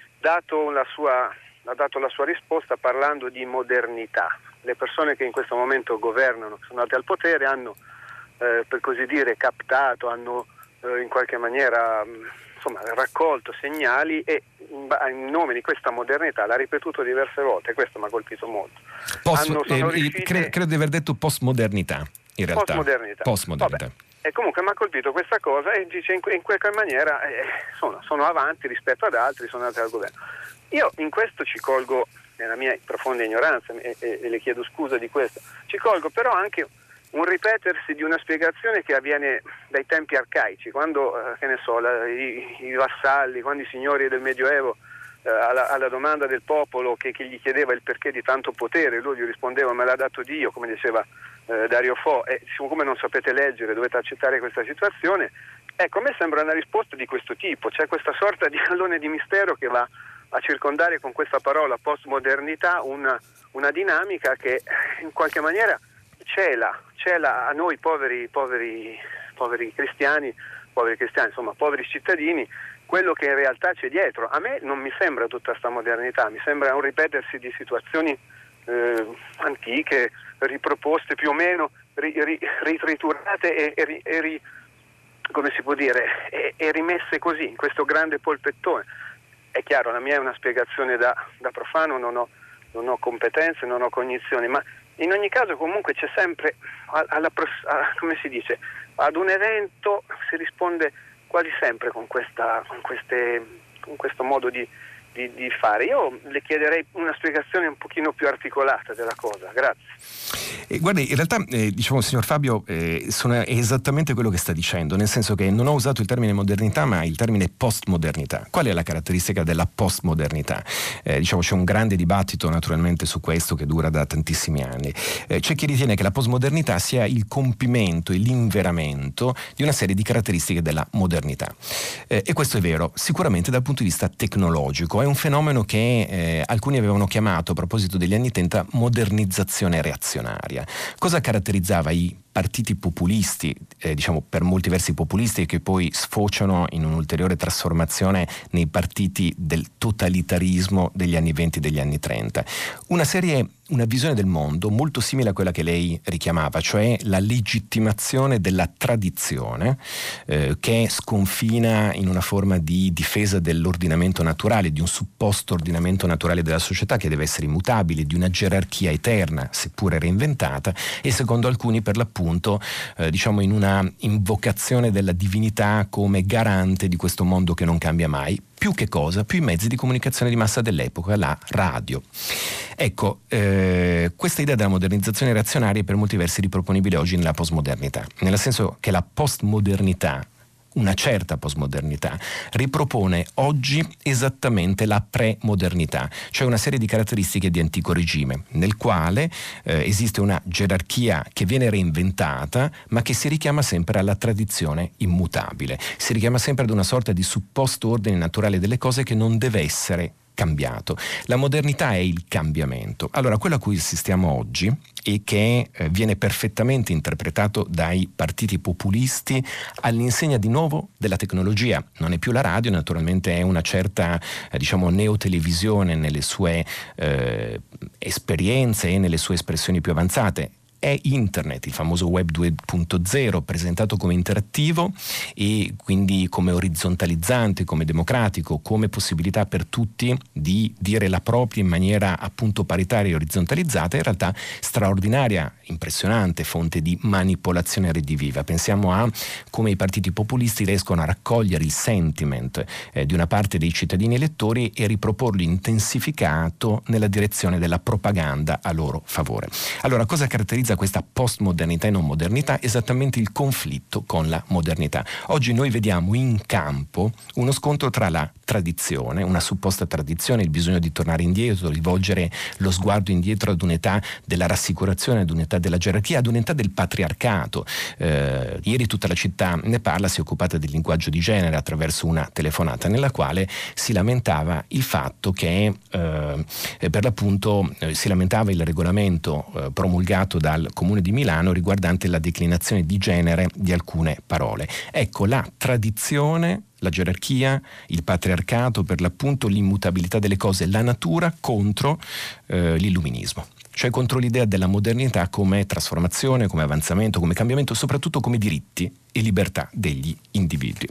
dato la sua, ha dato la sua risposta parlando di modernità. Le persone che in questo momento governano, sono andate al potere, hanno eh, per così dire captato, hanno eh, in qualche maniera insomma raccolto segnali e in, in nome di questa modernità l'ha ripetuto diverse volte, e questo mi ha colpito molto. Post, hanno, sono eh, riusciti... credo, credo di aver detto postmodernità in realtà. Postmodernità. Postmodernità. Vabbè. E comunque mi ha colpito questa cosa e dice in, in qualche maniera eh, sono, sono avanti rispetto ad altri, sono andati al governo. Io in questo ci colgo, nella mia profonda ignoranza, e, e, e le chiedo scusa di questo, ci colgo però anche un ripetersi di una spiegazione che avviene dai tempi arcaici, quando, eh, che ne so, la, i, i vassalli, quando i signori del Medioevo eh, alla, alla domanda del popolo che, che gli chiedeva il perché di tanto potere, lui gli rispondeva me l'ha dato Dio, come diceva eh, Dario Fo, e siccome non sapete leggere dovete accettare questa situazione. Ecco, a me sembra una risposta di questo tipo, c'è questa sorta di allone di mistero che va a circondare con questa parola postmodernità una, una dinamica che in qualche maniera cela, cela a noi poveri, poveri, poveri cristiani poveri cristiani, insomma poveri cittadini, quello che in realtà c'è dietro. A me non mi sembra tutta sta modernità, mi sembra un ripetersi di situazioni eh, antiche, riproposte più o meno, ri, ri, ritriturate e, e, ri, e ri, come si può dire, e, e rimesse così, in questo grande polpettone. È chiaro, la mia è una spiegazione da, da profano, non ho, non ho competenze, non ho cognizioni, ma in ogni caso comunque c'è sempre, alla, alla, come si dice, ad un evento si risponde quasi sempre con, questa, con, queste, con questo modo di, di, di fare. Io le chiederei una spiegazione un pochino più articolata della cosa. Grazie. Eh, guardi, in realtà, eh, diciamo, signor Fabio, eh, sono è esattamente quello che sta dicendo, nel senso che non ho usato il termine modernità, ma il termine postmodernità. Qual è la caratteristica della postmodernità? Eh, diciamo, c'è un grande dibattito naturalmente su questo che dura da tantissimi anni. Eh, c'è chi ritiene che la postmodernità sia il compimento e l'inveramento di una serie di caratteristiche della modernità. Eh, e questo è vero, sicuramente dal punto di vista tecnologico. È un fenomeno che eh, alcuni avevano chiamato, a proposito degli anni trenta, modernizzazione reazionaria. Cosa caratterizzava i partiti populisti, eh, diciamo per molti versi populisti, che poi sfociano in un'ulteriore trasformazione nei partiti del totalitarismo degli anni venti e degli anni trenta? Una serie, una visione del mondo molto simile a quella che lei richiamava, cioè la legittimazione della tradizione, eh, che sconfina in una forma di difesa dell'ordinamento naturale, di un supposto ordinamento naturale della società che deve essere immutabile, di una gerarchia eterna, seppure reinventata, e secondo alcuni per l'appunto eh, diciamo in una invocazione della divinità come garante di questo mondo che non cambia mai. Più che cosa? Più i mezzi di comunicazione di massa dell'epoca, la radio. Ecco, eh, questa idea della modernizzazione reazionaria è per molti versi riproponibile oggi nella postmodernità, nel senso che la postmodernità, una certa postmodernità, ripropone oggi esattamente la premodernità, cioè una serie di caratteristiche di antico regime, nel quale eh, esiste una gerarchia che viene reinventata, ma che si richiama sempre alla tradizione immutabile, si richiama sempre ad una sorta di supposto ordine naturale delle cose che non deve essere cambiato. La modernità è il cambiamento. Allora, quello a cui assistiamo oggi e che eh, viene perfettamente interpretato dai partiti populisti all'insegna di nuovo della tecnologia. Non è più la radio, naturalmente è una certa eh, diciamo neotelevisione nelle sue eh, esperienze e nelle sue espressioni più avanzate. È internet, il famoso web due punto zero, presentato come interattivo e quindi come orizzontalizzante, come democratico, come possibilità per tutti di dire la propria in maniera appunto paritaria e orizzontalizzata, in realtà straordinaria, impressionante fonte di manipolazione rediviva. Pensiamo a come i partiti populisti riescono a raccogliere il sentiment eh, di una parte dei cittadini elettori e riproporlo intensificato nella direzione della propaganda a loro favore. Allora, cosa caratterizza questa postmodernità e non modernità? Esattamente il conflitto con la modernità. Oggi noi vediamo in campo uno scontro tra la tradizione, una supposta tradizione, il bisogno di tornare indietro, rivolgere lo sguardo indietro ad un'età della rassicurazione, ad un'età della gerarchia, ad un'età del patriarcato. Eh, ieri tutta la città ne parla, si è occupata del linguaggio di genere attraverso una telefonata nella quale si lamentava il fatto che eh, per l'appunto eh, si lamentava il regolamento eh, promulgato dal Comune di Milano riguardante la declinazione di genere di alcune parole. Ecco, la tradizione, la gerarchia, il patriarcato, per l'appunto l'immutabilità delle cose, la natura contro eh, l'illuminismo, cioè contro l'idea della modernità come trasformazione, come avanzamento, come cambiamento, soprattutto come diritti e libertà degli individui.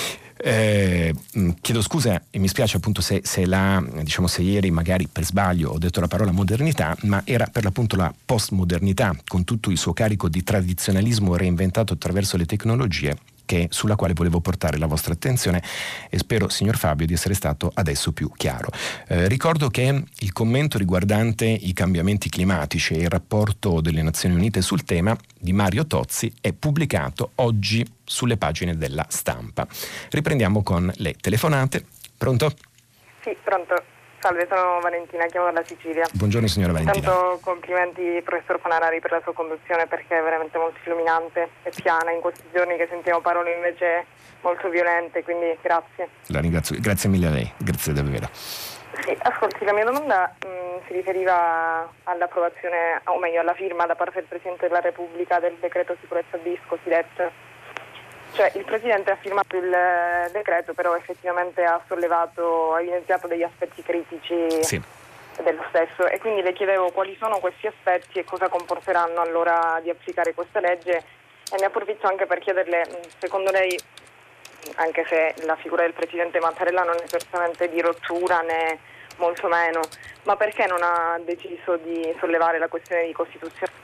Eh, chiedo scusa e mi spiace appunto se, se, la, diciamo, se ieri magari per sbaglio ho detto la parola modernità, ma era per l'appunto la postmodernità con tutto il suo carico di tradizionalismo reinventato attraverso le tecnologie che, sulla quale volevo portare la vostra attenzione e spero, signor Fabio, di essere stato adesso più chiaro. Eh, ricordo che il commento riguardante i cambiamenti climatici e il rapporto delle Nazioni Unite sul tema di Mario Tozzi è pubblicato oggi sulle pagine della Stampa. Riprendiamo con le telefonate. Pronto? Sì, pronto. Salve, sono Valentina, chiamo dalla Sicilia. Buongiorno signora Valentina. Intanto complimenti professor Panarari per la sua conduzione, perché è veramente molto illuminante e piana in questi giorni che sentiamo parole invece molto violente, quindi grazie. La ringrazio, grazie mille a lei, grazie davvero. Sì, ascolti, la mia domanda mh, si riferiva all'approvazione, o meglio alla firma da parte del Presidente della Repubblica del decreto sicurezza bis cosiddetto. Cioè il Presidente ha firmato il decreto, però effettivamente ha sollevato, ha evidenziato degli aspetti critici sì. dello stesso, e quindi le chiedevo quali sono questi aspetti e cosa comporteranno all'ora di applicare questa legge, e ne approfitto anche per chiederle, secondo lei, anche se la figura del Presidente Mattarella non è certamente di rottura né molto meno, ma perché non ha deciso di sollevare la questione di Costituzione?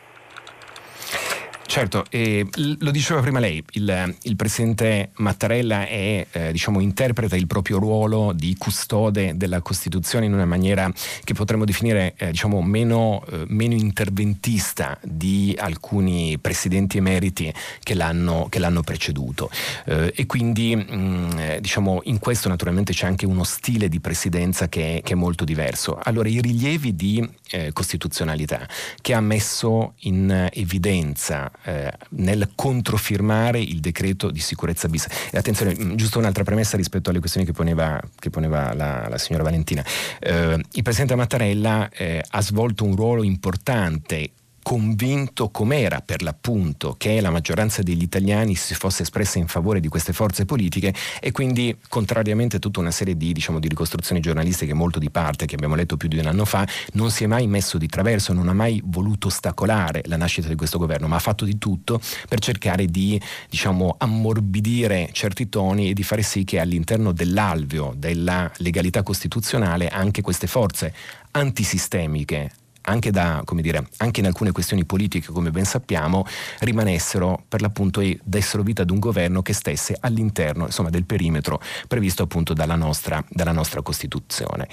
Certo, eh, lo diceva prima lei, il, il Presidente Mattarella è, eh, diciamo, interpreta il proprio ruolo di custode della Costituzione in una maniera che potremmo definire, eh, diciamo, meno, eh, meno interventista di alcuni presidenti emeriti che l'hanno, che l'hanno preceduto. Eh, e quindi, mh, diciamo, in questo naturalmente c'è anche uno stile di presidenza che, che è molto diverso. Allora, i rilievi di eh, costituzionalità che ha messo in evidenza Eh, nel controfirmare il decreto di sicurezza bis. E attenzione, giusto un'altra premessa rispetto alle questioni che poneva, che poneva la, la signora Valentina. Eh, il Presidente Mattarella eh, ha svolto un ruolo importante, convinto com'era per l'appunto che la maggioranza degli italiani si fosse espressa in favore di queste forze politiche, e quindi, contrariamente a tutta una serie di, diciamo, di ricostruzioni giornalistiche molto di parte che abbiamo letto più di un anno fa, non si è mai messo di traverso, non ha mai voluto ostacolare la nascita di questo governo, ma ha fatto di tutto per cercare di, diciamo, ammorbidire certi toni e di fare sì che all'interno dell'alveo della legalità costituzionale anche queste forze antisistemiche, anche da, come dire, anche in alcune questioni politiche, come ben sappiamo, rimanessero per l'appunto e dessero vita ad un governo che stesse all'interno, insomma, del perimetro previsto appunto dalla nostra, dalla nostra Costituzione.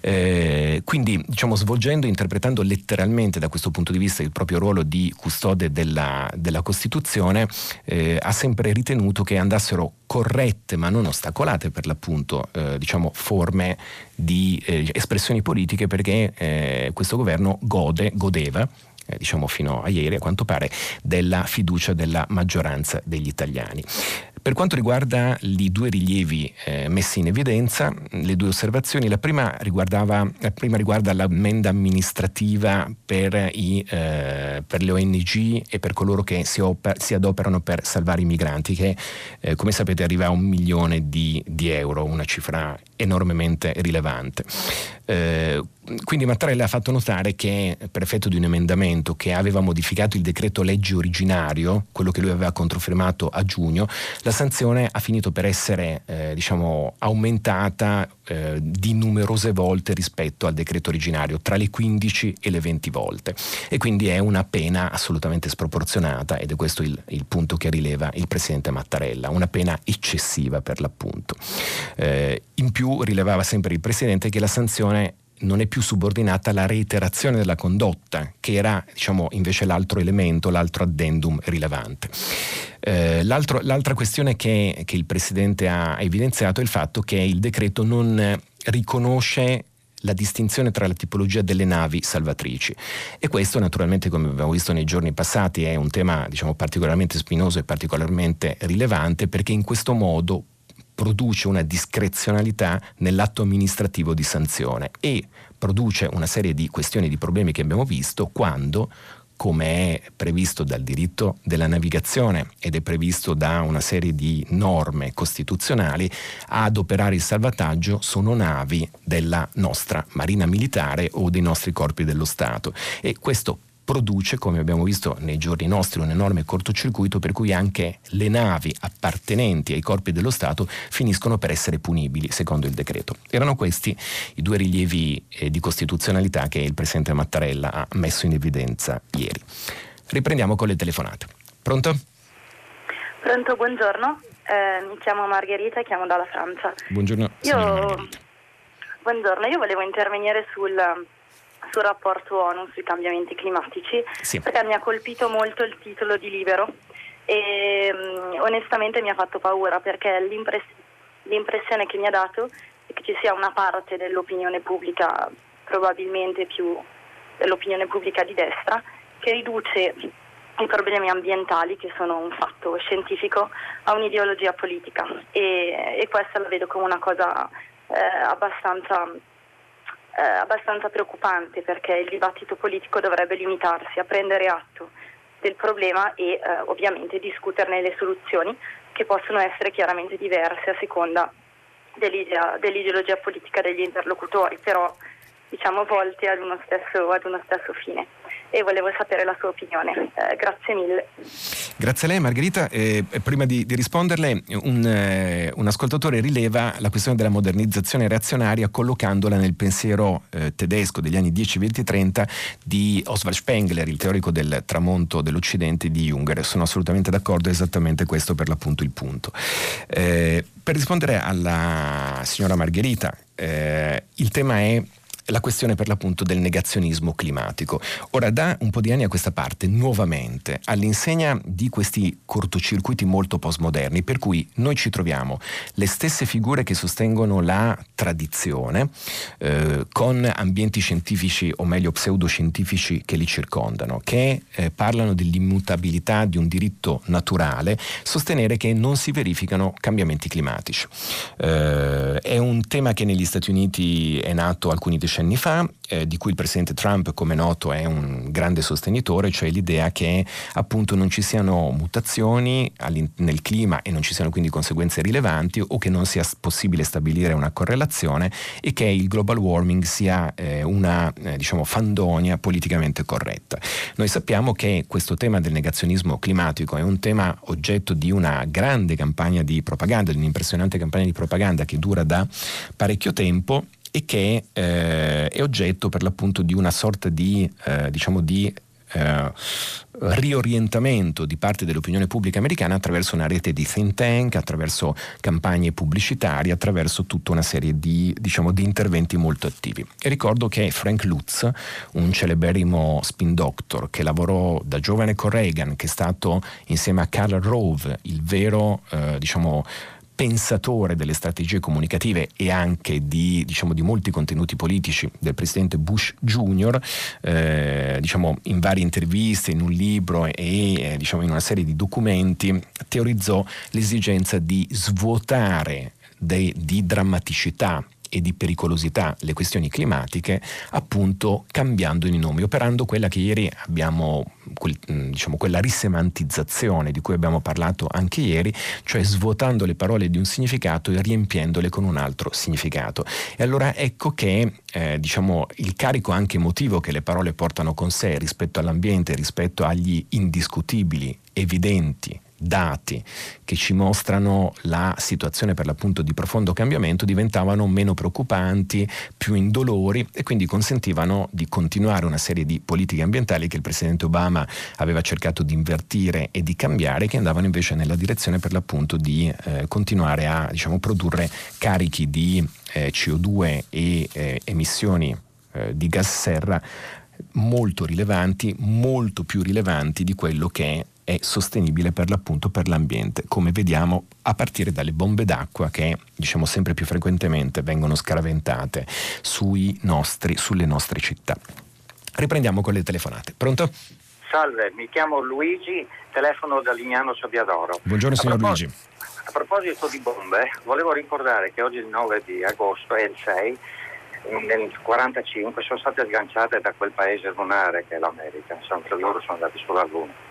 Eh, quindi, diciamo, svolgendo, interpretando letteralmente da questo punto di vista il proprio ruolo di custode della, della Costituzione, eh, ha sempre ritenuto che andassero corrette ma non ostacolate per l'appunto, eh, diciamo, forme di eh, espressioni politiche, perché eh, questo governo gode, godeva, eh, diciamo fino a ieri a quanto pare, della fiducia della maggioranza degli italiani. Per quanto riguarda i due rilievi eh, messi in evidenza, le due osservazioni, la prima riguardava, la prima riguarda l'ammenda amministrativa per, i, eh, per le O N G e per coloro che si, oper, si adoperano per salvare i migranti, che eh, come sapete arriva a un milione di, di euro, una cifra enormemente rilevante. Eh, quindi Mattarella ha fatto notare che, per effetto di un emendamento che aveva modificato il decreto legge originario, quello che lui aveva controfirmato a giugno, la sanzione ha finito per essere eh, diciamo aumentata eh, di numerose volte rispetto al decreto originario, tra le quindici e le venti volte, e quindi è una pena assolutamente sproporzionata, ed è questo il, il punto che rileva il Presidente Mattarella, una pena eccessiva per l'appunto. Eh, in più rilevava sempre il Presidente che la sanzione non è più subordinata alla reiterazione della condotta, che era, diciamo, invece l'altro elemento, l'altro addendum rilevante. Eh, l'altro, l'altra questione che, che il Presidente ha evidenziato è il fatto che il decreto non riconosce la distinzione tra la tipologia delle navi salvatrici, e questo naturalmente, come abbiamo visto nei giorni passati, è un tema, diciamo, particolarmente spinoso e particolarmente rilevante, perché in questo modo produce una discrezionalità nell'atto amministrativo di sanzione e produce una serie di questioni, di problemi che abbiamo visto quando, come è previsto dal diritto della navigazione ed è previsto da una serie di norme costituzionali, ad operare il salvataggio sono navi della nostra Marina Militare o dei nostri corpi dello Stato, e questo produce, come abbiamo visto nei giorni nostri, un enorme cortocircuito per cui anche le navi appartenenti ai corpi dello Stato finiscono per essere punibili secondo il decreto. Erano questi i due rilievi eh, di costituzionalità che il Presidente Mattarella ha messo in evidenza ieri. Riprendiamo con le telefonate. Pronto? Pronto, buongiorno. Eh, mi chiamo Margherita e chiamo dalla Francia. Buongiorno, signora Margherita. Buongiorno, io volevo intervenire sul sul rapporto ONU sui cambiamenti climatici, sì, perché mi ha colpito molto il titolo di Libero e um, onestamente mi ha fatto paura, perché l'impress- l'impressione che mi ha dato è che ci sia una parte dell'opinione pubblica, probabilmente più dell'opinione pubblica di destra, che riduce i problemi ambientali, che sono un fatto scientifico, a un'ideologia politica, e, e questa la vedo come una cosa eh, abbastanza Eh, abbastanza preoccupante, perché il dibattito politico dovrebbe limitarsi a prendere atto del problema e eh, ovviamente discuterne le soluzioni, che possono essere chiaramente diverse a seconda dell'idea, dell'ideologia politica degli interlocutori, però diciamo volte ad uno stesso, ad uno stesso fine. E volevo sapere la sua opinione. Eh, grazie mille. Grazie a lei Margherita. Eh, prima di, di risponderle, un, eh, un ascoltatore rileva la questione della modernizzazione reazionaria collocandola nel pensiero eh, tedesco degli anni dieci, venti, trenta di Oswald Spengler, il teorico del tramonto dell'Occidente di Junger. Sono assolutamente d'accordo, è esattamente questo per l'appunto il punto. Eh, per rispondere alla signora Margherita, eh, il tema è la questione per l'appunto del negazionismo climatico. Ora, da un po' di anni a questa parte, nuovamente, all'insegna di questi cortocircuiti molto postmoderni, per cui noi ci troviamo le stesse figure che sostengono la tradizione, eh, con ambienti scientifici, o meglio pseudoscientifici, che li circondano, che eh, parlano dell'immutabilità di un diritto naturale, sostenere che non si verificano cambiamenti climatici. Eh, è un tema che negli Stati Uniti è nato alcuni decenni anni fa, eh, di cui il presidente Trump, come noto, è un grande sostenitore, cioè l'idea che appunto non ci siano mutazioni nel clima e non ci siano quindi conseguenze rilevanti, o che non sia possibile stabilire una correlazione, e che il global warming sia eh, una eh, diciamo fandonia politicamente corretta. Noi sappiamo che questo tema del negazionismo climatico è un tema oggetto di una grande campagna di propaganda, di un'impressionante campagna di propaganda che dura da parecchio tempo, e che eh, è oggetto per l'appunto di una sorta di eh, diciamo di eh, riorientamento di parte dell'opinione pubblica americana attraverso una rete di think tank, attraverso campagne pubblicitarie, attraverso tutta una serie di diciamo di interventi molto attivi. E ricordo che Frank Lutz, un celeberrimo spin doctor che lavorò da giovane con Reagan, che è stato insieme a Karl Rove il vero eh, diciamo pensatore delle strategie comunicative e anche di, diciamo, di molti contenuti politici del presidente Bush Junior, eh, diciamo in varie interviste, in un libro e eh, diciamo in una serie di documenti, teorizzò l'esigenza di svuotare de, di drammaticità e di pericolosità le questioni climatiche, appunto cambiando i nomi, operando quella che ieri abbiamo, quel, diciamo quella risemantizzazione di cui abbiamo parlato anche ieri, cioè svuotando le parole di un significato e riempiendole con un altro significato. E allora ecco che eh, diciamo il carico anche emotivo che le parole portano con sé rispetto all'ambiente, rispetto agli indiscutibili, evidenti dati che ci mostrano la situazione per l'appunto di profondo cambiamento, diventavano meno preoccupanti, più indolori, e quindi consentivano di continuare una serie di politiche ambientali che il presidente Obama aveva cercato di invertire e di cambiare, che andavano invece nella direzione per l'appunto di eh, continuare a diciamo produrre carichi di eh, C O due e eh, emissioni eh, di gas serra molto rilevanti, molto più rilevanti di quello che è sostenibile per l'appunto per l'ambiente, come vediamo a partire dalle bombe d'acqua che diciamo sempre più frequentemente vengono scaraventate sui nostri, sulle nostre città. Riprendiamo con le telefonate. Pronto? Salve, mi chiamo Luigi, telefono da Lignano Sabbiadoro. Buongiorno signor propos- Luigi. A proposito di bombe, volevo ricordare che oggi il nove di agosto e il sei nel quarantacinque sono state sganciate da quel paese lunare che è l'America, sempre loro sono andati sulla Luna.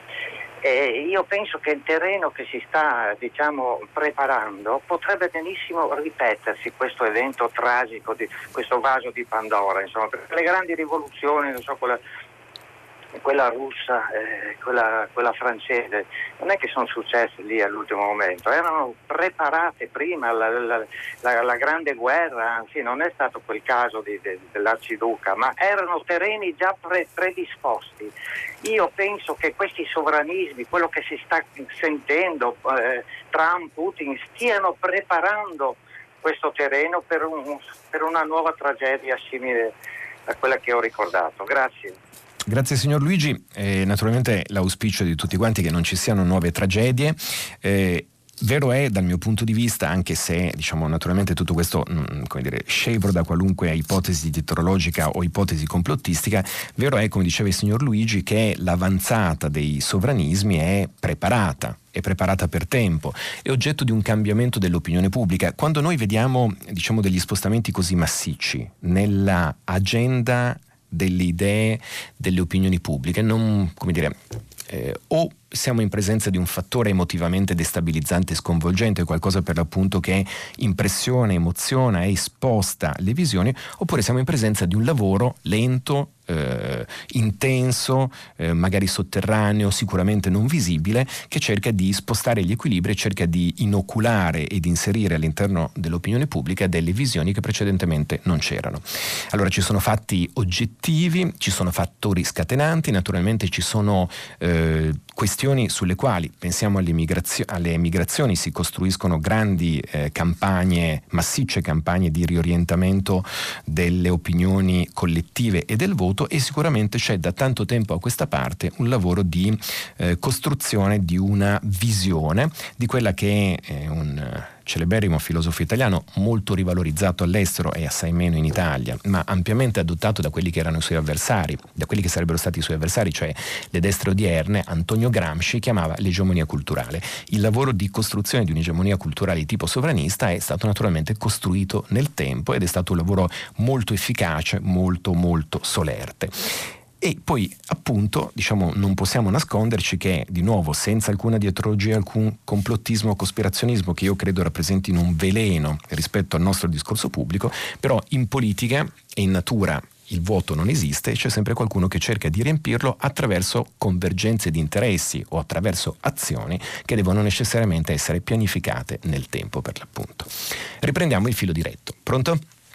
E io penso che il terreno che si sta diciamo preparando potrebbe benissimo ripetersi, questo evento tragico, di questo vaso di Pandora, insomma, perché le grandi rivoluzioni, non so, quella, quella russa, eh, quella, quella francese, non è che sono successe lì all'ultimo momento, erano preparate prima, la, la, la, la grande guerra, anzi non è stato quel caso di, de, dell'arciduca, ma erano terreni già pre, predisposti. Io penso che questi sovranismi, quello che si sta sentendo, eh, Trump, Putin, stiano preparando questo terreno per, un, per una nuova tragedia simile a quella che ho ricordato. Grazie. Grazie signor Luigi, eh, naturalmente l'auspicio di tutti quanti che non ci siano nuove tragedie. Eh, Vero è dal mio punto di vista, anche se diciamo naturalmente tutto questo mh, come dire, scevro da qualunque ipotesi dietrologica o ipotesi complottistica, vero è, come diceva il signor Luigi, che l'avanzata dei sovranismi è preparata, è preparata per tempo, è oggetto di un cambiamento dell'opinione pubblica. Quando noi vediamo diciamo degli spostamenti così massicci nella agenda delle idee, delle opinioni pubbliche, non, come dire, eh, o siamo in presenza di un fattore emotivamente destabilizzante e sconvolgente, qualcosa per l'appunto che impressiona, emoziona e sposta le visioni, oppure siamo in presenza di un lavoro lento, eh, intenso, eh, magari sotterraneo, sicuramente non visibile, che cerca di spostare gli equilibri e cerca di inoculare ed inserire all'interno dell'opinione pubblica delle visioni che precedentemente non c'erano. Allora ci sono fatti oggettivi, ci sono fattori scatenanti, naturalmente ci sono eh, questioni sulle quali, pensiamo alle, migrazio- alle migrazioni, si costruiscono grandi eh, campagne, massicce campagne di riorientamento delle opinioni collettive e del voto, e sicuramente c'è da tanto tempo a questa parte un lavoro di eh, costruzione di una visione di quella che è un celeberrimo filosofo italiano molto rivalorizzato all'estero e assai meno in Italia, ma ampiamente adottato da quelli che erano i suoi avversari, da quelli che sarebbero stati i suoi avversari, cioè le destre odierne. Antonio Gramsci chiamava l'egemonia culturale. Il lavoro di costruzione di un'egemonia culturale di tipo sovranista è stato naturalmente costruito nel tempo ed è stato un lavoro molto efficace, molto molto solerte. E poi appunto, diciamo, non possiamo nasconderci che, di nuovo, senza alcuna dietrologia, alcun complottismo o cospirazionismo che io credo rappresentino un veleno rispetto al nostro discorso pubblico, però in politica e in natura il vuoto non esiste e c'è sempre qualcuno che cerca di riempirlo attraverso convergenze di interessi o attraverso azioni che devono necessariamente essere pianificate nel tempo, per l'appunto. Riprendiamo il filo diretto. Pronto?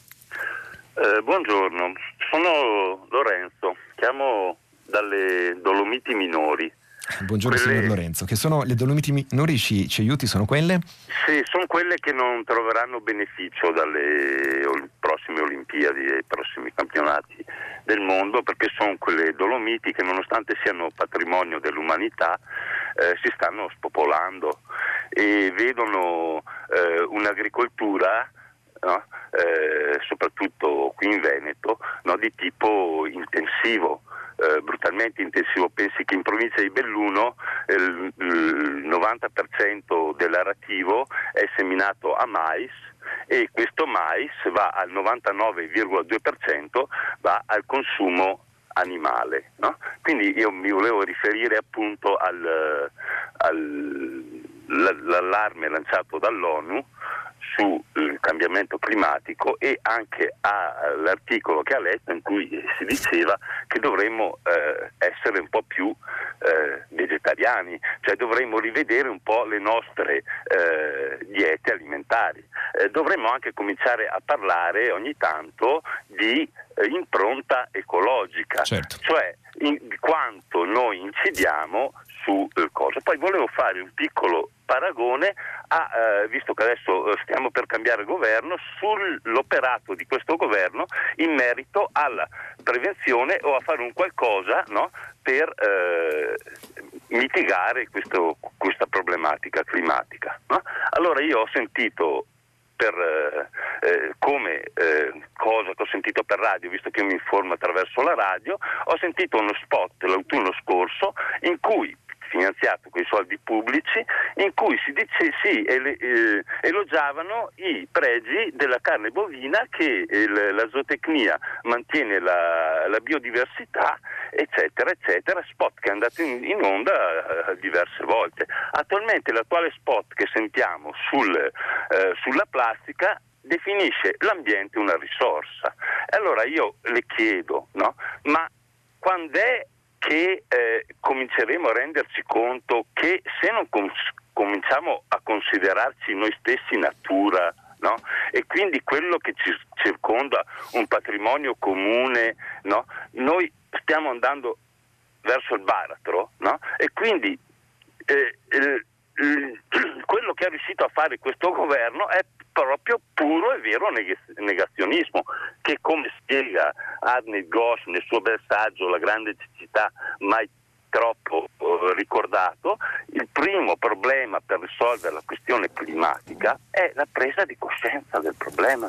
Eh, buongiorno, sono Lorenzo, chiamo dalle Dolomiti Minori. Buongiorno quelle... signor Lorenzo, che sono le Dolomiti Minori, ci, ci aiuti, sono quelle? Sì, sono quelle che non troveranno beneficio dalle prossime Olimpiadi e ai prossimi campionati del mondo, perché sono quelle Dolomiti che, nonostante siano patrimonio dell'umanità, eh, si stanno spopolando e vedono eh, un'agricoltura, no? Eh, soprattutto qui in Veneto, no? di tipo intensivo, eh, brutalmente intensivo. Pensi che in provincia di Belluno eh, il, il novanta per cento dell'arativo è seminato a mais, e questo mais va al novantanove virgola due per cento va al consumo animale, no? Quindi io mi volevo riferire appunto al, all'allarme lanciato dall'ONU sul cambiamento climatico e anche all'articolo che ha letto in cui si diceva che dovremmo eh, essere un po' più eh, vegetariani, cioè dovremmo rivedere un po' le nostre eh, diete alimentari. Eh, dovremmo anche cominciare a parlare ogni tanto di eh, impronta ecologica, certo. cioè in quanto noi incidiamo su eh, cose. Poi volevo fare un piccolo paragone a, eh, visto che adesso eh, stiamo per cambiare governo, sull'operato di questo governo in merito alla prevenzione o a fare un qualcosa, no, per eh, mitigare questo, questa problematica climatica, no? Allora io ho sentito per eh, eh, come eh, cosa che ho sentito per radio, visto che io mi informo attraverso la radio, ho sentito uno spot l'autunno scorso in cui, finanziato con i soldi pubblici, in cui si dice sì, ele, eh, elogiavano i pregi della carne bovina, che il, la zootecnia mantiene la, la biodiversità, eccetera eccetera, spot che è andato in, in onda eh, diverse volte. Attualmente l'attuale spot che sentiamo sul, eh, sulla plastica definisce l'ambiente una risorsa. E allora io le chiedo, no? Ma quando è che eh, cominceremo a renderci conto che se non com- cominciamo a considerarci noi stessi natura, no? E quindi quello che ci circonda un patrimonio comune, no? Noi stiamo andando verso il baratro, no? E quindi eh, il, il, quello che è riuscito a fare questo governo è proprio puro e vero negazionismo, che, come spiega Arne Ghosh nel suo bel saggio La grande cecità, mai troppo eh, ricordato, il primo problema per risolvere la questione climatica è la presa di coscienza del problema.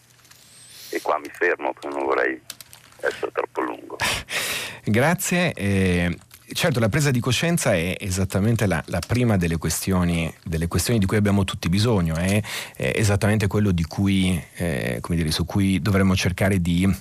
E qua mi fermo perché non vorrei essere troppo lungo. Grazie. Eh... Certo, la presa di coscienza è esattamente la, la prima delle questioni, delle questioni di cui abbiamo tutti bisogno, è, è esattamente quello di cui, eh, come dire, su cui dovremmo cercare di,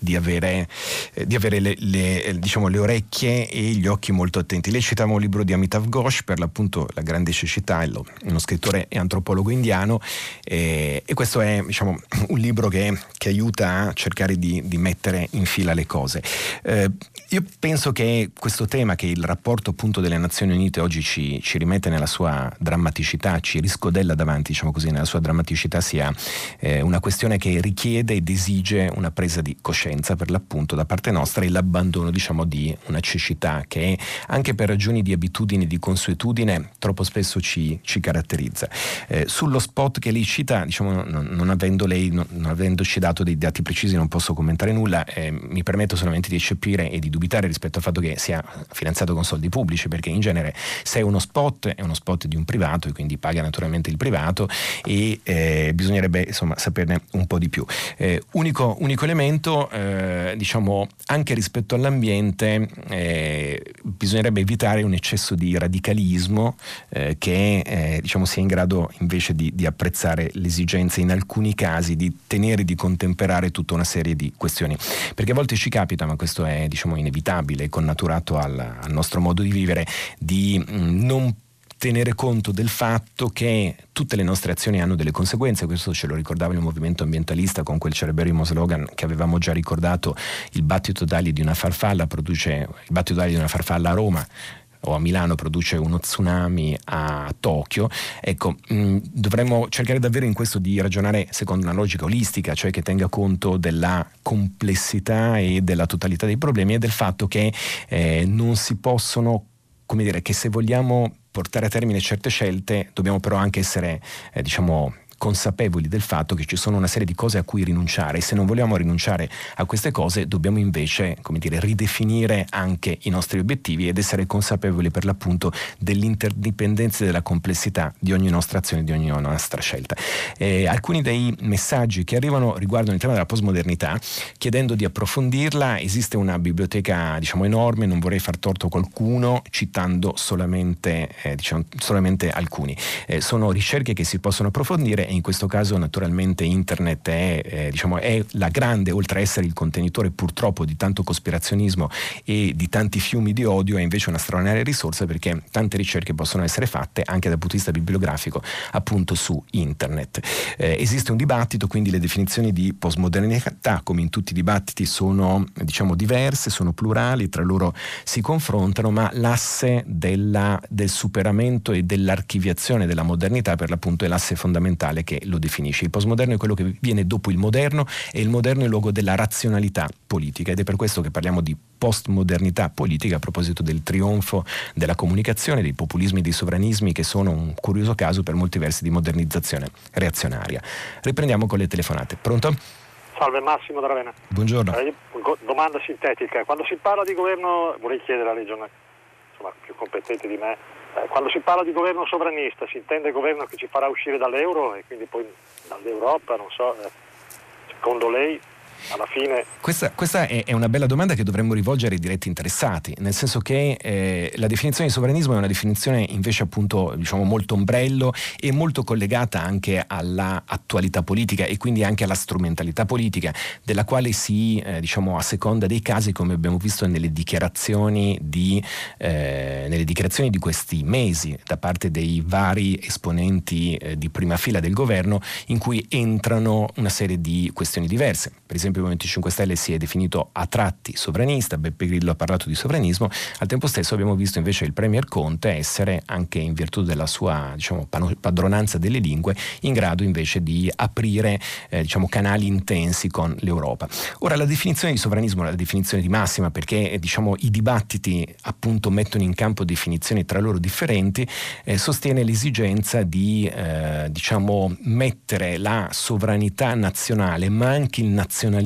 di avere, eh, di avere le, le, diciamo, le orecchie e gli occhi molto attenti. Lei citava un libro di Amitav Ghosh, per l'appunto La grande cecità, uno scrittore e antropologo indiano, eh, e questo è, diciamo, un libro che, che aiuta a cercare di, di mettere in fila le cose. Eh, io penso che questo tema, che il rapporto appunto delle Nazioni Unite oggi ci, ci rimette nella sua drammaticità, ci riscodella davanti, diciamo così, nella sua drammaticità, sia eh, una questione che richiede ed esige una presa di coscienza per l'appunto da parte nostra e l'abbandono, diciamo, di una cecità che anche per ragioni di abitudine, di consuetudine, troppo spesso ci, ci caratterizza. Eh, sullo spot che lei cita, diciamo, non, non avendo lei, non, non avendoci dato dei dati precisi, non posso commentare nulla, eh, mi permetto solamente di eccepire e di dubitare rispetto al fatto che sia finanziato con soldi pubblici, perché in genere se è uno spot è uno spot di un privato e quindi paga naturalmente il privato, e eh, bisognerebbe insomma saperne un po' di più. Eh, unico, unico elemento, eh, diciamo, anche rispetto all'ambiente, eh, bisognerebbe evitare un eccesso di radicalismo eh, che eh, diciamo sia in grado invece di, di apprezzare l'esigenza in alcuni casi di tenere, di contemperare tutta una serie di questioni, perché a volte ci capita, ma questo è, diciamo, inevitabile, connaturato al, al nostro modo di vivere, di mh, non tenere conto del fatto che tutte le nostre azioni hanno delle conseguenze. Questo ce lo ricordava il movimento ambientalista con quel celeberrimo slogan che avevamo già ricordato: il battito d'ali di una farfalla produce il battito d'ali di una farfalla a Roma o a Milano produce uno tsunami a Tokyo. Ecco, mh, dovremmo cercare davvero in questo di ragionare secondo una logica olistica, cioè che tenga conto della complessità e della totalità dei problemi e del fatto che eh, non si possono, come dire, che se vogliamo portare a termine certe scelte dobbiamo però anche essere, eh, diciamo, consapevoli del fatto che ci sono una serie di cose a cui rinunciare, e se non vogliamo rinunciare a queste cose dobbiamo invece, come dire, ridefinire anche i nostri obiettivi ed essere consapevoli per l'appunto dell'interdipendenza e della complessità di ogni nostra azione, di ogni nostra scelta. Eh, alcuni dei messaggi che arrivano riguardano il tema della postmodernità, chiedendo di approfondirla. Esiste una biblioteca, diciamo, enorme, non vorrei far torto a qualcuno citando solamente, eh, diciamo, solamente alcuni. Eh, sono ricerche che si possono approfondire, e in questo caso naturalmente internet è, eh, diciamo, è la grande, oltre a essere il contenitore purtroppo di tanto cospirazionismo e di tanti fiumi di odio, è invece una straordinaria risorsa, perché tante ricerche possono essere fatte anche dal punto di vista bibliografico appunto su internet. Eh, esiste un dibattito, quindi le definizioni di postmodernità, come in tutti i dibattiti, sono, diciamo, diverse, sono plurali, tra loro si confrontano, ma l'asse della, del superamento e dell'archiviazione della modernità per l'appunto è l'asse fondamentale che lo definisce. Il postmoderno è quello che viene dopo il moderno, e il moderno è il luogo della razionalità politica, ed è per questo che parliamo di postmodernità politica a proposito del trionfo della comunicazione, dei populismi e dei sovranismi, che sono un curioso caso per molti versi di modernizzazione reazionaria. Riprendiamo con le telefonate. Pronto? Salve, Massimo da Ravenna. Buongiorno. Eh, domanda sintetica: quando si parla di governo, vorrei chiedere alla Regione, insomma, più competente di me, eh, quando si parla di governo sovranista si intende governo che ci farà uscire dall'euro e quindi poi dall'Europa, non so, eh, secondo lei alla fine? Questa, questa è, è una bella domanda che dovremmo rivolgere ai diretti interessati, nel senso che eh, la definizione di sovranismo è una definizione invece appunto, diciamo, molto ombrello e molto collegata anche alla attualità politica e quindi anche alla strumentalità politica, della quale si, eh, diciamo, a seconda dei casi, come abbiamo visto nelle dichiarazioni di eh, nelle dichiarazioni di questi mesi da parte dei vari esponenti eh, di prima fila del governo, in cui entrano una serie di questioni diverse. Per esempio il Movimento cinque Stelle si è definito a tratti sovranista, Beppe Grillo ha parlato di sovranismo, al tempo stesso abbiamo visto invece il Premier Conte essere, anche in virtù della sua, diciamo, padronanza delle lingue, in grado invece di aprire eh, diciamo, canali intensi con l'Europa. Ora, la definizione di sovranismo è la definizione di massima, perché eh, diciamo, i dibattiti appunto mettono in campo definizioni tra loro differenti, eh, sostiene l'esigenza di eh, diciamo, mettere la sovranità nazionale ma anche il nazionalismo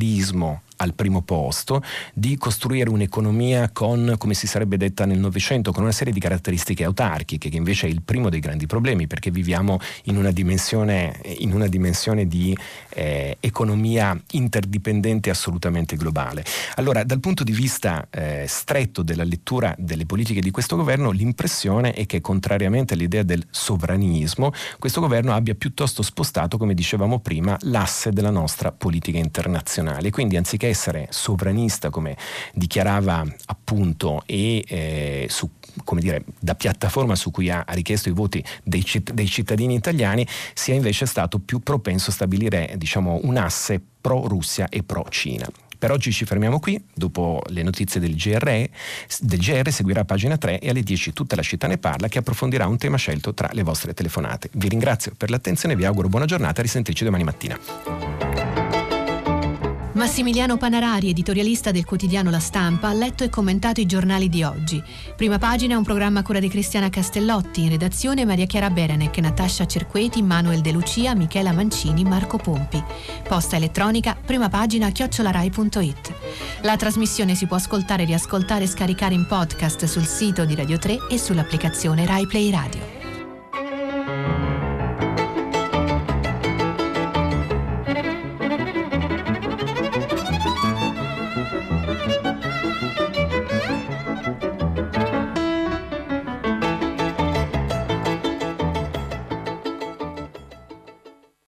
al primo posto, di costruire un'economia con, come si sarebbe detta nel Novecento, con una serie di caratteristiche autarchiche, che invece è il primo dei grandi problemi, perché viviamo in una dimensione, in una dimensione di eh, economia interdipendente assolutamente globale. Allora, dal punto di vista eh, stretto della lettura delle politiche di questo governo, l'impressione è che, contrariamente all'idea del sovranismo, questo governo abbia piuttosto spostato, come dicevamo prima, l'asse della nostra politica internazionale. Quindi, anziché essere sovranista, come dichiarava appunto, e eh, su, come dire, da piattaforma su cui ha, ha richiesto i voti dei, citt- dei cittadini italiani, sia invece stato più propenso a stabilire, diciamo, un asse pro Russia e pro Cina. Per oggi ci fermiamo qui, dopo le notizie del G R E, del G R seguirà Pagina tre e alle dieci Tutta la città ne parla, che approfondirà un tema scelto tra le vostre telefonate. Vi ringrazio per l'attenzione, vi auguro buona giornata, a risentirci domani mattina. Massimiliano Panarari, editorialista del quotidiano La Stampa, ha letto e commentato i giornali di oggi. Prima Pagina è un programma a cura di Cristiana Castellotti, in redazione Maria Chiara Berenec, Natascia Cerqueti, Manuel De Lucia, Michela Mancini, Marco Pompi. Posta elettronica primapagina chiocciolarai punto it. La trasmissione si può ascoltare, riascoltare e scaricare in podcast sul sito di Radio tre e sull'applicazione Rai Play Radio.